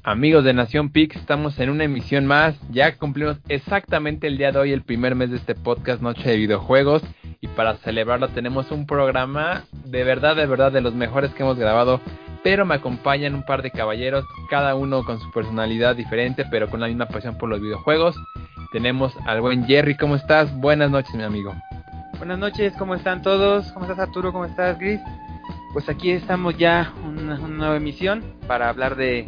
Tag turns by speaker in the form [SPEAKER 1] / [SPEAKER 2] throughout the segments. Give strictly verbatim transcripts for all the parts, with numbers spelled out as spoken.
[SPEAKER 1] Amigos de Nación Pix, estamos en una emisión más. Ya cumplimos exactamente el día de hoy, el primer mes de este podcast Noche de Videojuegos. Y para celebrarlo tenemos un programa de verdad, de verdad, de los mejores que hemos grabado. Pero me acompañan un par de caballeros, cada uno con su personalidad diferente, pero con la misma pasión por los videojuegos. Tenemos al buen Jerry, ¿cómo estás? Buenas noches, mi amigo.
[SPEAKER 2] Buenas noches, ¿cómo están todos? ¿Cómo estás, Arturo? ¿Cómo estás, Gris? Pues aquí estamos ya, una, una nueva emisión para hablar de,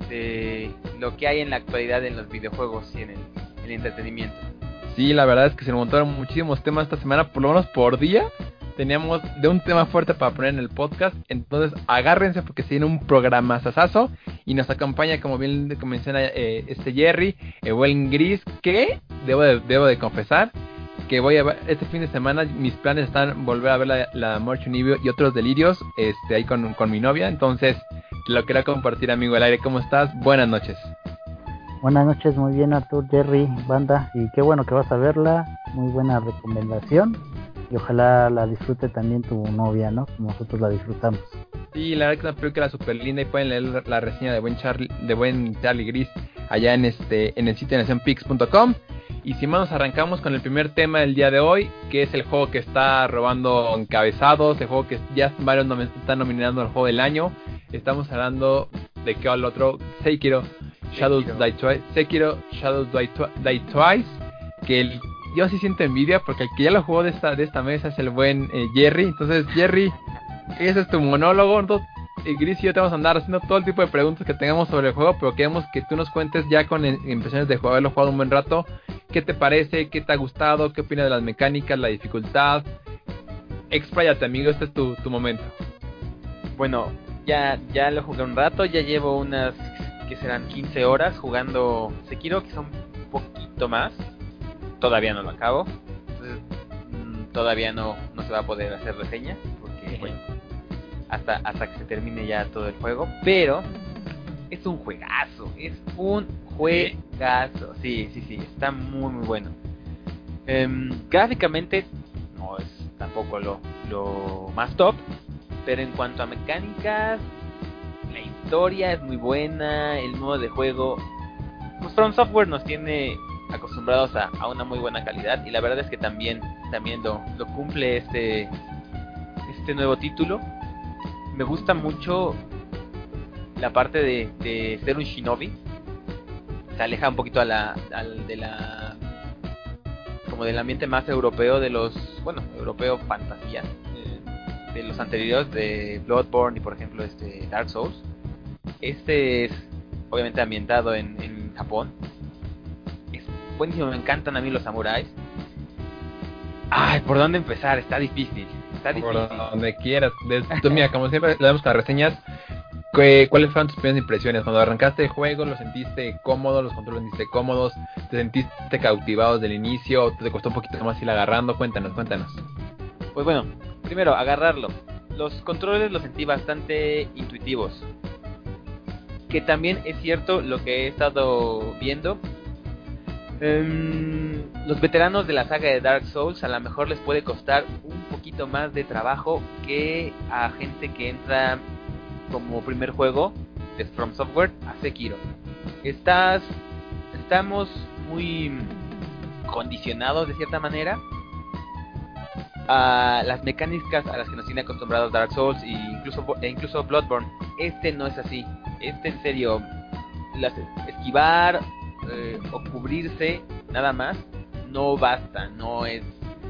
[SPEAKER 2] de lo que hay en la actualidad en los videojuegos y en el, el entretenimiento.
[SPEAKER 1] Sí, la verdad es que se montaron muchísimos temas esta semana, por lo menos por día. Teníamos de un tema fuerte para poner en el podcast, entonces agárrense porque se viene un programa sasazo y nos acompaña, como bien menciona eh, este Jerry, el buen Gris, que debo de, debo de confesar que voy a ver este fin de semana. Mis planes están volver a ver la, la Merchant Evil y otros delirios este ahí con, con mi novia, entonces te lo quería compartir, amigo del aire. ¿Cómo estás? Buenas noches.
[SPEAKER 3] Buenas noches, muy bien, Artur, Jerry, banda, y qué bueno que vas a verla, muy buena recomendación, y ojalá la disfrute también tu novia, ¿no? Como nosotros la disfrutamos.
[SPEAKER 1] Sí, la verdad que es una película súper linda y pueden leer la reseña de buen Charlie, de buen Charlie Gris allá en este en el sitio de nación pix punto com. Y sin más, nos arrancamos con el primer tema del día de hoy, que es el juego que está robando encabezados, el juego que ya varios nom- están nominando al juego del año. Estamos hablando de que al otro Sekiro Shadows Die Twice, Sekiro Shadows Die, Twi- Die Twice, que el, yo sí siento envidia porque el que ya lo jugó de esta de esta mesa es el buen eh, Jerry. Entonces, Jerry, ese es tu monólogo. Entonces, eh, Gris y yo te vamos a andar haciendo todo el tipo de preguntas que tengamos sobre el juego, pero queremos que tú nos cuentes ya con eh, impresiones de haberlo jugado un buen rato. ¿Qué te parece? ¿Qué te ha gustado? ¿Qué opinas de las mecánicas, la dificultad? Expláyate, amigo, este es tu, tu momento.
[SPEAKER 2] Bueno, ya, ya lo jugué un rato, ya llevo unas, que serán quince horas jugando Sekiro, que son un poquito más. Todavía no lo acabo, entonces mmm, todavía no, no se va a poder hacer reseña, porque bueno, hasta, hasta que se termine ya todo el juego, pero es un juegazo, es un juegazo, sí, sí, sí, está muy muy bueno. Um, gráficamente no es tampoco lo, lo más top, pero en cuanto a mecánicas, la historia es muy buena, el modo de juego, pues From Software nos tiene acostumbrados a, a una muy buena calidad, y la verdad es que también, también lo, lo cumple este, este nuevo título. Me gusta mucho la parte de, de ser un shinobi. Se aleja un poquito a la, al de la, como del ambiente más europeo de los, bueno, europeo fantasía, eh, de los anteriores, de Bloodborne y por ejemplo este Dark Souls. Este es obviamente ambientado en, en Japón. Es buenísimo, me encantan a mí los samuráis. Ay, ¿por dónde empezar? Está difícil, está difícil.
[SPEAKER 1] Por donde quieras. De, tú, mira, como siempre le damos las reseñas. ¿Qué, ¿Cuáles fueron tus primeras impresiones? Cuando arrancaste el juego, ¿lo sentiste cómodo? ¿Los controles sentiste cómodos? ¿Te sentiste cautivado desde el inicio? ¿O te costó un poquito más ir agarrando? Cuéntanos, cuéntanos.
[SPEAKER 2] Pues bueno, primero, agarrarlo. Los controles los sentí bastante intuitivos. Que también es cierto lo que he estado viendo. Um, los veteranos de la saga de Dark Souls a lo mejor les puede costar un poquito más de trabajo que a gente que entra como primer juego de From Software a Sekiro. Estás, estamos muy condicionados de cierta manera a las mecánicas a las que nos tiene acostumbrados Dark Souls e incluso, e incluso Bloodborne. Este no es así. Este en serio, las, esquivar eh, o cubrirse nada más no basta, no es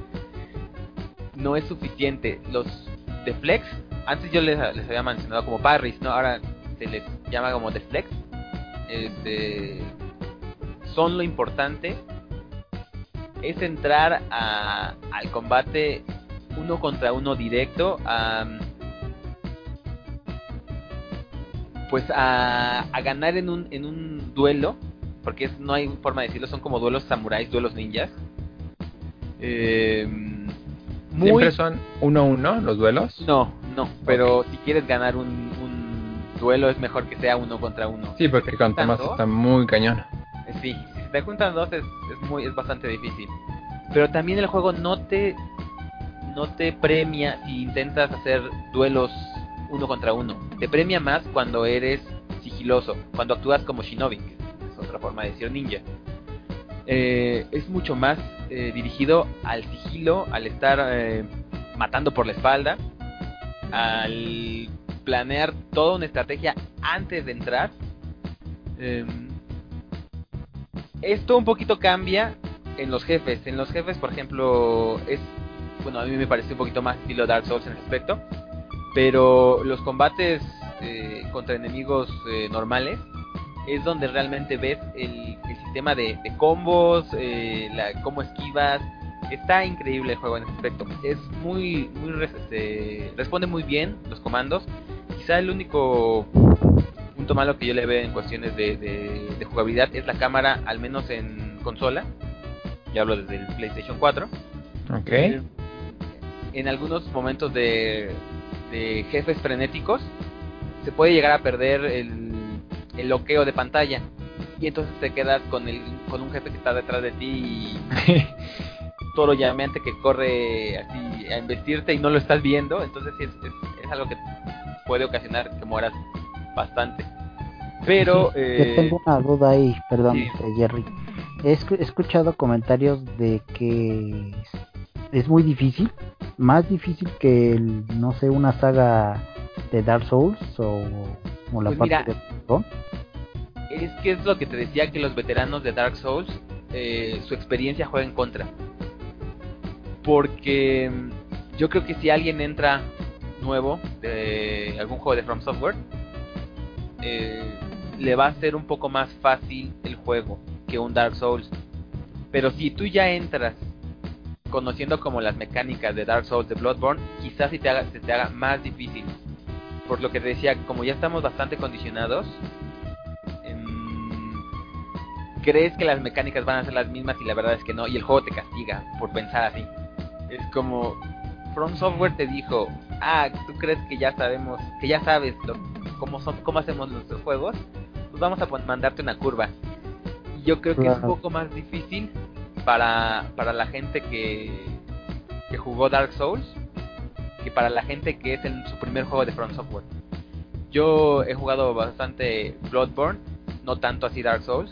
[SPEAKER 2] no es suficiente. Los de flex, antes yo les, les había mencionado como parries, ¿no? Ahora se les llama como deflex. Este, son lo importante. Es entrar a, al combate uno contra uno directo, a, pues a, a ganar en un, en un duelo, porque es, no hay forma de decirlo, son como duelos samuráis, duelos ninjas. Eh,
[SPEAKER 1] muy... ¿Siempre son uno a uno los duelos?
[SPEAKER 2] No, no, pero okay. Si quieres ganar un, un duelo es mejor que sea uno contra uno.
[SPEAKER 1] Sí, porque con temas está muy cañón.
[SPEAKER 2] Sí, si te juntan dos es, es muy es bastante difícil. Pero también el juego no te no te premia si intentas hacer duelos uno contra uno. Te premia más cuando eres sigiloso, cuando actúas como Shinobi, que es otra forma de decir ninja. Eh, es mucho más eh, dirigido al sigilo, al estar eh, matando por la espalda, al planear toda una estrategia antes de entrar. Eh, esto un poquito cambia en los jefes. En los jefes, por ejemplo, es, bueno, a mí me parece un poquito más estilo Dark Souls en ese aspecto, pero los combates eh, contra enemigos eh, normales es donde realmente ves el, el sistema de, de combos, eh, la, cómo esquivas. Está increíble el juego en ese aspecto. Es muy, muy este, responde muy bien los comandos. Quizá el único punto malo que yo le veo en cuestiones de, de, de jugabilidad es la cámara, al menos en consola. Ya hablo desde el PlayStation cuatro.
[SPEAKER 1] Ok.
[SPEAKER 2] Eh, en algunos momentos de, de jefes frenéticos se puede llegar a perder el, el bloqueo de pantalla. Y entonces te quedas con el con un jefe que está detrás de ti y toro llameante que corre así a embestirte y no lo estás viendo. Entonces sí es, es, es algo que puede ocasionar que mueras bastante. Pero
[SPEAKER 3] Sí,
[SPEAKER 2] eh,
[SPEAKER 3] yo tengo una duda ahí, perdón,
[SPEAKER 2] sí.
[SPEAKER 3] este, Jerry. He escu- he escuchado comentarios de que es, es muy difícil, más difícil que, el, no sé, una saga de Dark Souls o, o la
[SPEAKER 2] Pues
[SPEAKER 3] parte
[SPEAKER 2] mira,
[SPEAKER 3] de Bloodborne.
[SPEAKER 2] es que es lo que te decía, que los veteranos de Dark Souls, eh, su experiencia juega en contra. Porque mm, yo creo que si alguien entra nuevo de algún juego de From Software, eh, le va a ser un poco más fácil el juego que un Dark Souls. Pero si tú ya entras conociendo como las mecánicas de Dark Souls, de Bloodborne, quizás si te haga, se te haga más difícil. Por lo que te decía, como ya estamos bastante condicionados, em, crees que las mecánicas van a ser las mismas y la verdad es que no, y el juego te castiga por pensar así. Es como From Software te dijo, ah, tú crees que ya sabemos, que ya sabes lo, cómo son, cómo hacemos nuestros juegos, pues vamos a pon- mandarte una curva. Y yo creo que es un
[SPEAKER 3] Claro.
[SPEAKER 2] poco más difícil para, para la gente que, que jugó Dark Souls que para la gente que es el, su primer juego de From Software. Yo he jugado bastante Bloodborne, no tanto así Dark Souls.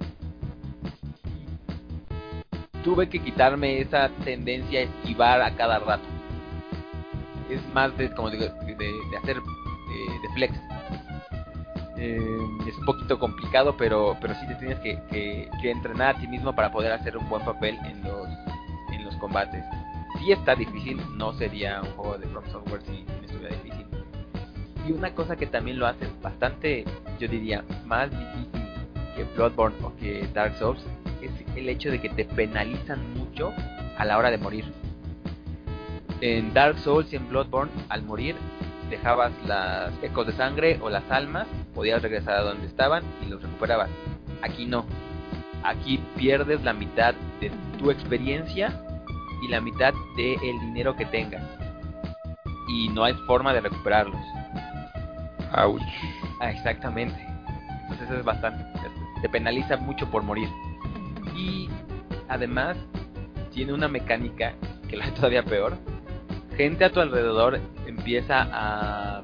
[SPEAKER 2] Tuve que quitarme esa tendencia a esquivar a cada rato. Es más de, como digo, de, de hacer eh, de flex. Eh, es un poquito complicado, pero pero sí te tienes que, que, que entrenar a ti mismo para poder hacer un buen papel en los en los combates. Si está difícil, no sería un juego de From Software si, si no estuviera difícil. Y una cosa que también lo hace bastante, yo diría, más difícil que Bloodborne o que Dark Souls, es el hecho de que te penalizan mucho a la hora de morir. En Dark Souls y en Bloodborne, al morir, dejabas las ecos de sangre o las almas, podías regresar a donde estaban y los recuperabas. Aquí no. Aquí pierdes la mitad de tu experiencia y la mitad del dinero que tengas. Y no hay forma de recuperarlos.
[SPEAKER 1] Ouch.
[SPEAKER 2] Ah, exactamente. Entonces es bastante. Te penaliza mucho por morir. Y además tiene una mecánica que lo hace todavía peor. Gente a tu alrededor empieza a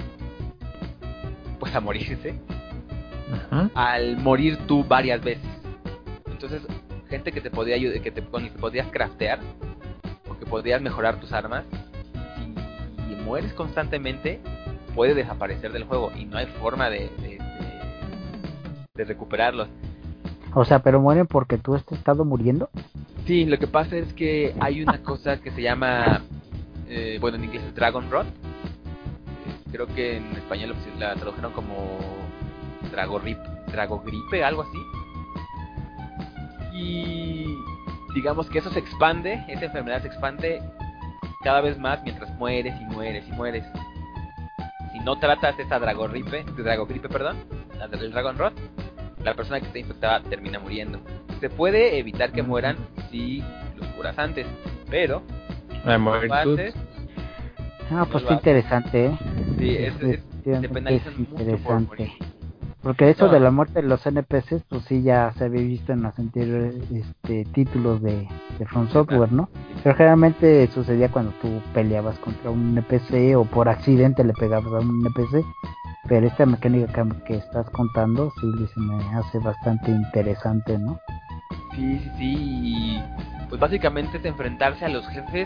[SPEAKER 2] pues a morirse
[SPEAKER 1] Ajá.
[SPEAKER 2] al morir tú varias veces. Entonces, gente que te podía ayudar, que te, con que podías craftear o que podías mejorar tus armas, si mueres constantemente, puede desaparecer del juego y no hay forma de, de, de, de recuperarlos.
[SPEAKER 3] O sea, pero mueren porque tú has estado muriendo.
[SPEAKER 2] Sí, lo que pasa es que hay una cosa que se llama, eh, bueno, en inglés es Dragon Rot. Eh, creo que en español la tradujeron como Dragorip, Dragogripe, algo así. Y digamos que eso se expande, esa enfermedad se expande cada vez más mientras mueres y mueres y mueres. Si no tratas esa Dragogripe, Dragogripe, perdón, la del Dragon Rot, la persona que está infectada termina muriendo. Se puede evitar que mueran si los curas antes, pero
[SPEAKER 1] La
[SPEAKER 2] si
[SPEAKER 1] morir
[SPEAKER 2] lo
[SPEAKER 1] tú.
[SPEAKER 2] haces,
[SPEAKER 3] Ah, pues
[SPEAKER 2] lo
[SPEAKER 3] qué
[SPEAKER 2] haces.
[SPEAKER 3] interesante, ¿eh?
[SPEAKER 2] Sí, es, es, te
[SPEAKER 3] Definitivamente
[SPEAKER 2] penalizan
[SPEAKER 3] es
[SPEAKER 2] mucho por
[SPEAKER 3] interesante.
[SPEAKER 2] morir.
[SPEAKER 3] Porque eso
[SPEAKER 2] No.
[SPEAKER 3] de la muerte de los N P Cs, pues sí ya se había visto en los anteriores este, títulos de, de From Software, ¿no? Pero generalmente sucedía cuando tú peleabas contra un N P C o por accidente le pegabas a un N P C pero esta mecánica que, que estás contando sí se me hace bastante interesante, ¿no?
[SPEAKER 2] Sí, sí, sí, y pues básicamente es enfrentarse a los jefes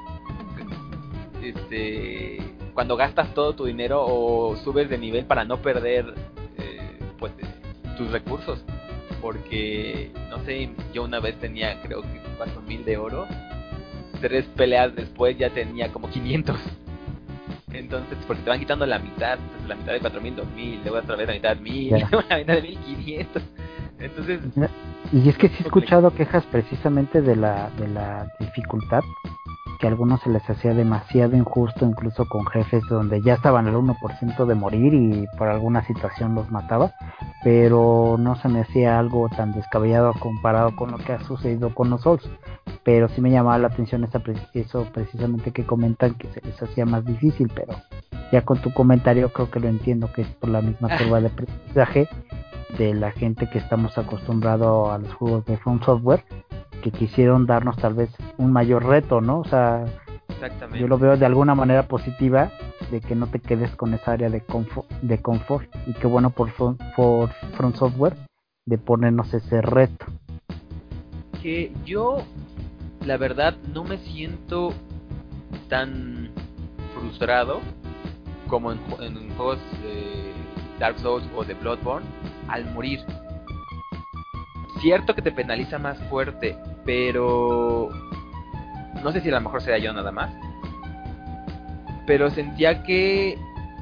[SPEAKER 2] este cuando gastas todo tu dinero o subes de nivel para no perder eh, pues eh, tus recursos, porque no sé, yo una vez tenía creo que cuatro mil de oro, tres peleas después ya tenía como quinientos. Entonces, porque te van quitando la mitad, entonces la mitad de cuatro mil, dos mil, luego otra vez la mitad mil,
[SPEAKER 3] Ya.
[SPEAKER 2] luego la mitad de mil quinientos. Entonces,
[SPEAKER 3] Y es que sí he escuchado quejas precisamente de la de la dificultad, que a algunos se les hacía demasiado injusto, incluso con jefes donde ya estaban al uno por ciento de morir y por alguna situación los mataba, pero no se me hacía algo tan descabellado comparado con lo que ha sucedido con los Souls. Pero sí me llamaba la atención esa, eso precisamente que comentan, que se les hacía más difícil, pero ya con tu comentario creo que lo entiendo, que es por la misma curva de aprendizaje de la gente que estamos acostumbrados a los juegos de From Software, que quisieron darnos tal vez un mayor reto, ¿no? O sea,
[SPEAKER 2] exactamente.
[SPEAKER 3] Yo lo veo de alguna manera positiva, de que no te quedes con esa área de confort, de confort y qué bueno por, por From Software de ponernos ese reto.
[SPEAKER 2] Que yo, la verdad, no me siento tan frustrado como en, en juegos de Dark Souls o de Bloodborne al morir. Cierto que te penaliza más fuerte, pero no sé si a lo mejor sea yo nada más, pero sentía que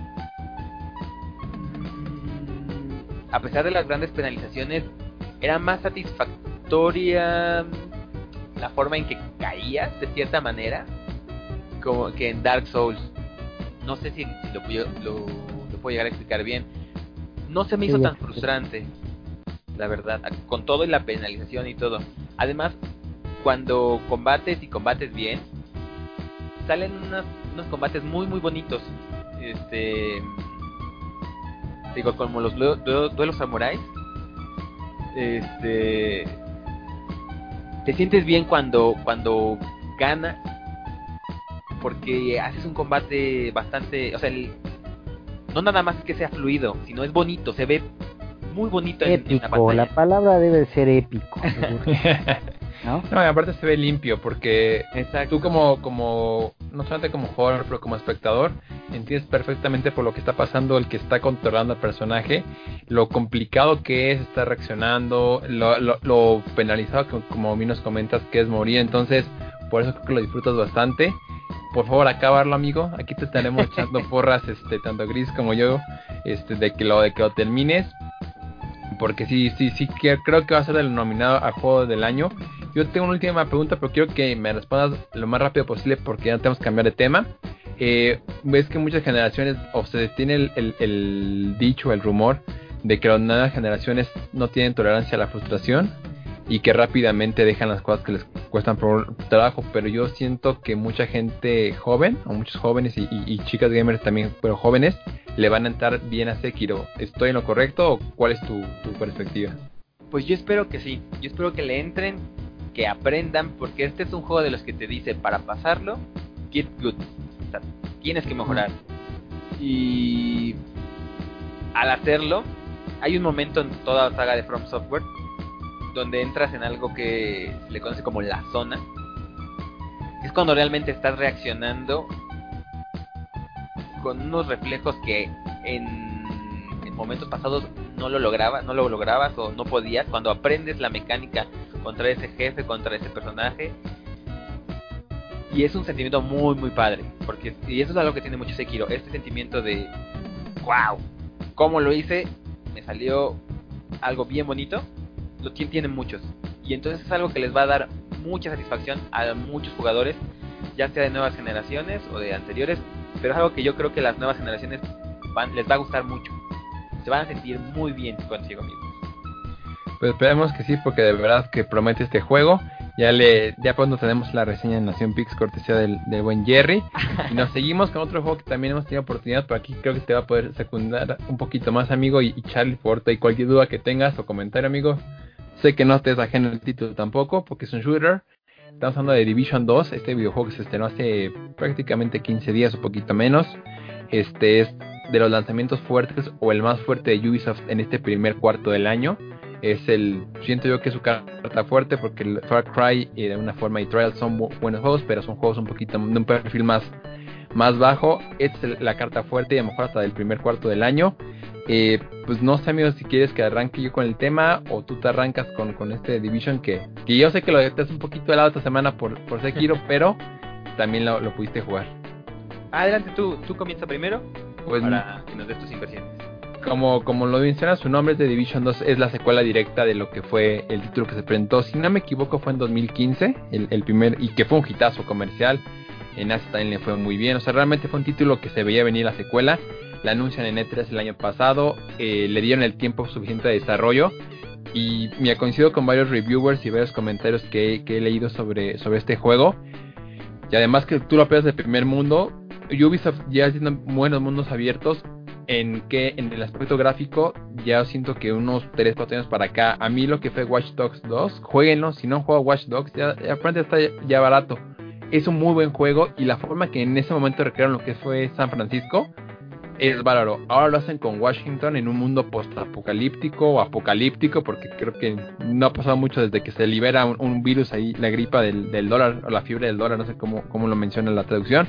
[SPEAKER 2] mmm, a pesar de las grandes penalizaciones era más satisfactoria la forma en que caías de cierta manera como que en Dark Souls. No sé si, si lo, lo, lo puedo llegar a explicar bien. No se me hizo
[SPEAKER 3] Sí,
[SPEAKER 2] tan
[SPEAKER 3] sí.
[SPEAKER 2] frustrante, la verdad, con todo y la penalización y todo. Además, cuando combates y combates bien, salen unos, unos combates muy muy bonitos. Este, digo, como los duelos, duelos samuráis. Este, te sientes bien cuando cuando gana, porque haces un combate bastante, o sea, el, no nada más es que sea fluido, sino es bonito, se ve muy bonito en, en la
[SPEAKER 3] Épico,
[SPEAKER 2] pantalla.
[SPEAKER 3] la palabra debe ser épico, ¿no?
[SPEAKER 1] No, y aparte se ve limpio porque
[SPEAKER 2] Exacto.
[SPEAKER 1] tú como, como, no solamente como jugador, pero como espectador, entiendes perfectamente por lo que está pasando el que está controlando al personaje, lo complicado que es estar reaccionando, lo, lo, lo penalizado que, como bien nos comentas, que es morir. Entonces, por eso creo que lo disfrutas bastante. Por favor, acábalo, amigo. Aquí te estaremos echando porras, este, tanto Gris como yo, este, de que lo, de que lo termines. Porque sí, sí, sí, que creo que va a ser el nominado a juego del año. Yo tengo una última pregunta, pero quiero que me respondas lo más rápido posible porque ya tenemos que cambiar de tema. Eh, ves que muchas generaciones, o se tiene el, el, el dicho, el rumor, de que las nuevas generaciones no tienen tolerancia a la frustración y que rápidamente dejan las cosas que les cuestan por trabajo, pero yo siento que mucha gente joven, o muchos jóvenes y, y, y chicas gamers también, pero jóvenes, le van a entrar bien a Sekiro. ¿Estoy en lo correcto o cuál es tu, tu perspectiva?
[SPEAKER 2] Pues yo espero que sí, yo espero que le entren, que aprendan, porque este es un juego de los que te dice, para pasarlo, get good, o sea, tienes que mejorar. Y al hacerlo, hay un momento en toda la saga de From Software donde entras en algo que se le conoce como la zona. Es cuando realmente estás reaccionando con unos reflejos que en, en momentos pasados no lo lograbas, no lo lograbas o no podías. Cuando aprendes la mecánica contra ese jefe, contra ese personaje, y es un sentimiento muy muy padre, porque y eso es algo que tiene mucho Sekiro, este sentimiento de wow, cómo lo hice, me salió algo bien bonito. Lo tienen, tienen muchos, y entonces es algo que les va a dar mucha satisfacción a muchos jugadores, ya sea de nuevas generaciones o de anteriores, pero es algo que yo creo que las nuevas generaciones van, les va a gustar mucho, se van a sentir muy bien consigo mismos.
[SPEAKER 1] Pues esperemos que sí, porque de verdad que promete este juego. Ya le ya pronto tenemos la reseña en Nación Pix, cortesía del, del buen Jerry. Y nos seguimos con otro juego que también hemos tenido oportunidad, pero aquí creo que te va a poder secundar un poquito más, amigo. Y, y Charlie, por favor, y cualquier duda que tengas o comentario, amigo, sé que no te es ajeno el título tampoco, porque es un shooter. Estamos hablando de Division dos, este videojuego que se estrenó hace prácticamente quince días o poquito menos. Este es de los lanzamientos fuertes o el más fuerte de Ubisoft en este primer cuarto del año. Es el, siento yo que es su carta fuerte, porque el Far Cry y de una forma y Trials son bu- buenos juegos, pero son juegos un poquito de un perfil más, más bajo. Esta es la carta fuerte y a lo mejor hasta del primer cuarto del año. Eh, pues no sé, amigos, si quieres que arranque yo con el tema o tú te arrancas con, con este Division que, que yo sé que lo estás un poquito de lado esta semana por, por Sekiro, pero también lo, lo pudiste jugar.
[SPEAKER 2] Adelante, tú, tú comienza primero
[SPEAKER 1] Pues
[SPEAKER 2] para que nos des tus impresiones.
[SPEAKER 1] Como, como lo menciona, su nombre es The Division dos, es la secuela directa de lo que fue el título que se presentó, si no me equivoco fue en dos mil quince, el, el primer, y que fue un hitazo comercial. En Asia también le fue muy bien, o sea, realmente fue un título que se veía venir la secuela. La anuncian en E tres el año pasado, eh, le dieron el tiempo suficiente de desarrollo, y me coincido con varios reviewers y varios comentarios que, que he leído sobre, sobre este juego. Y además que tú lo pegas de primer mundo, Ubisoft ya haciendo buenos mundos abiertos, en que en el aspecto gráfico ya siento que unos tres cuatro años para acá, a mí lo que fue Watch Dogs dos, jueguenlo, si no han jugado Watch Dogs, ya, ya aparte está ya, ya barato. Es un muy buen juego y la forma que en ese momento recrearon lo que fue San Francisco es bárbaro. Ahora lo hacen con Washington en un mundo post-apocalíptico o apocalíptico, porque creo que no ha pasado mucho desde que se libera un, un virus ahí, la gripa del, del dólar, o la fiebre del dólar, no sé cómo, cómo lo menciona la traducción.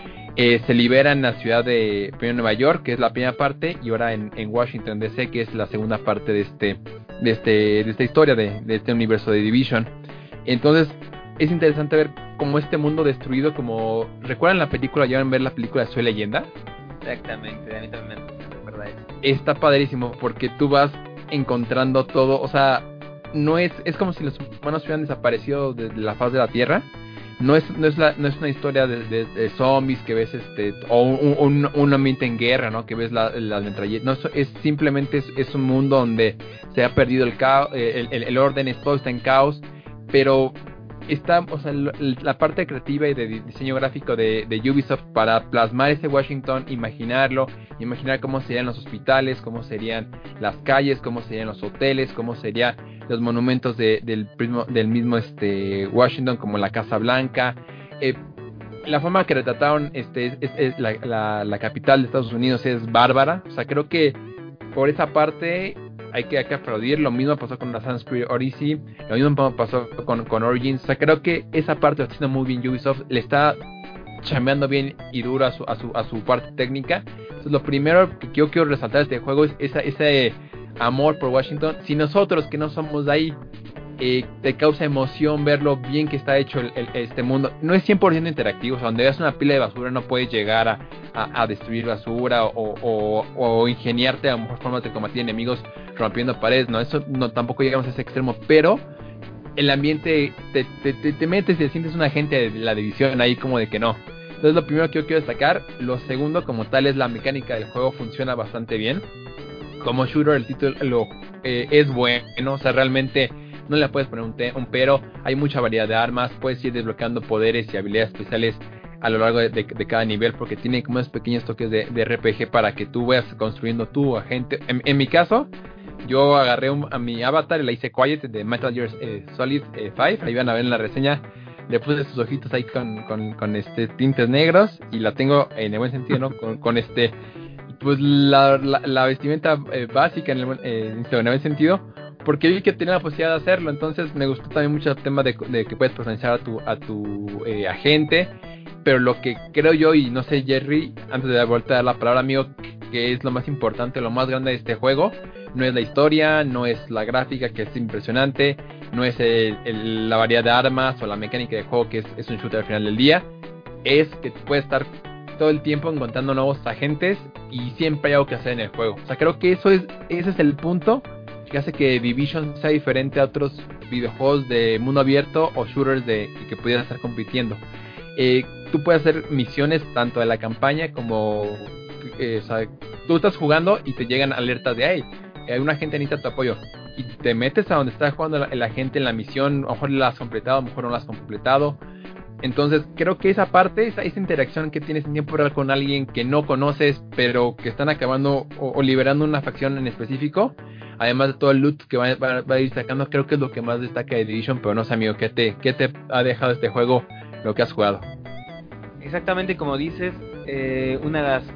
[SPEAKER 1] Eh, se libera en la ciudad de primero Nueva York, que es la primera parte, y ahora en, en Washington D C, que es la segunda parte de este, de este, de esta historia de, de este universo de Division. Entonces es interesante ver cómo este mundo destruido, como recuerdan la película, ya van a ver la película de Soy Leyenda.
[SPEAKER 2] Exactamente, a mí también me recuerda eso.
[SPEAKER 1] Está padrísimo porque tú vas encontrando todo, o sea, no es, es como si los humanos hubieran desaparecido de, de la faz de la Tierra. No es, no es, la, no es una historia de, de, de zombies que ves, este, o un, un, un ambiente en guerra, ¿no? Que ves las la metralletas. No, es simplemente es, es un mundo donde se ha perdido el caos, el, el, el orden, todo está en caos, pero está, o sea, la parte creativa y de diseño gráfico de, de Ubisoft para plasmar ese Washington, imaginarlo, imaginar cómo serían los hospitales, cómo serían las calles, cómo serían los hoteles, cómo serían los monumentos de, del, mismo, del mismo este Washington, como la Casa Blanca. Eh, la forma que retrataron este es, es, es la, la, la capital de Estados Unidos es bárbara. O sea, creo que por esa parte hay que, hay que aplaudir. Lo mismo pasó con Assassin's Creed Odyssey, lo mismo pasó con, con Origins. O sea, creo que esa parte lo está haciendo muy bien Ubisoft, le está chambeando bien y duro a su, a su, a su parte técnica. Entonces, lo primero que yo quiero resaltar de este juego es esa, ese amor por Washington. Si nosotros que no somos de ahí eh, te causa emoción ver lo bien que está hecho el, el, este mundo, no es cien por ciento interactivo. O sea, donde veas una pila de basura no puedes llegar a, a, a destruir basura o, o, o ingeniarte a lo mejor formas de combatir enemigos rompiendo paredes. No, eso no, tampoco llegamos a ese extremo, pero el ambiente te, te, te, te metes y te sientes un agente de la división ahí como de que no. Entonces lo primero que yo quiero destacar. Lo segundo como tal es la mecánica del juego, funciona bastante bien. Como shooter el título lo, eh, es bueno, o sea, realmente no le puedes poner un, te- un pero. Hay mucha variedad de armas, puedes ir desbloqueando poderes y habilidades especiales a lo largo de, de, de cada nivel, porque tiene como unos pequeños toques de, de R P G para que tú vayas construyendo tu agente. En, en mi caso, yo agarré un, a mi avatar y la hice Quiet de Metal Gear eh, Solid eh, cinco, ahí van a ver en la reseña. Le puse sus ojitos ahí con, con, con este tintes negros y la tengo en el buen sentido, ¿no? Con, con este... Pues la, la, la vestimenta eh, básica en el, eh, en el sentido, porque vi que tenía la posibilidad de hacerlo. Entonces me gustó también mucho el tema de, de que puedes personalizar a tu, a tu eh, agente. Pero lo que creo yo, y no sé Jerry, antes de dar vuelta a dar la palabra amigo, que es lo más importante, lo más grande de este juego, no es la historia, no es la gráfica que es impresionante, no es el, el, la variedad de armas o la mecánica de juego que es, es un shooter al final del día, es que puedes estar todo el tiempo encontrando nuevos agentes y siempre hay algo que hacer en el juego. O sea, creo que eso es ese es el punto que hace que Division sea diferente a otros videojuegos de mundo abierto o shooters de que pudieran estar compitiendo. Eh, tú puedes hacer misiones tanto de la campaña como eh, o sea, tú estás jugando y te llegan alertas de hey, hay una gente necesita tu apoyo y te metes a donde está jugando la, la gente en la misión. A lo mejor la has completado, a lo mejor no la has completado. Entonces creo que esa parte, esa, esa interacción que tienes en tiempo real con alguien que no conoces, pero que están acabando o, o liberando una facción en específico, además de todo el loot que va, va, va a ir sacando, creo que es lo que más destaca de Division. Pero no sé, amigo, ¿qué te, qué te ha dejado este juego, lo que has jugado?
[SPEAKER 2] Exactamente como dices, eh, una de las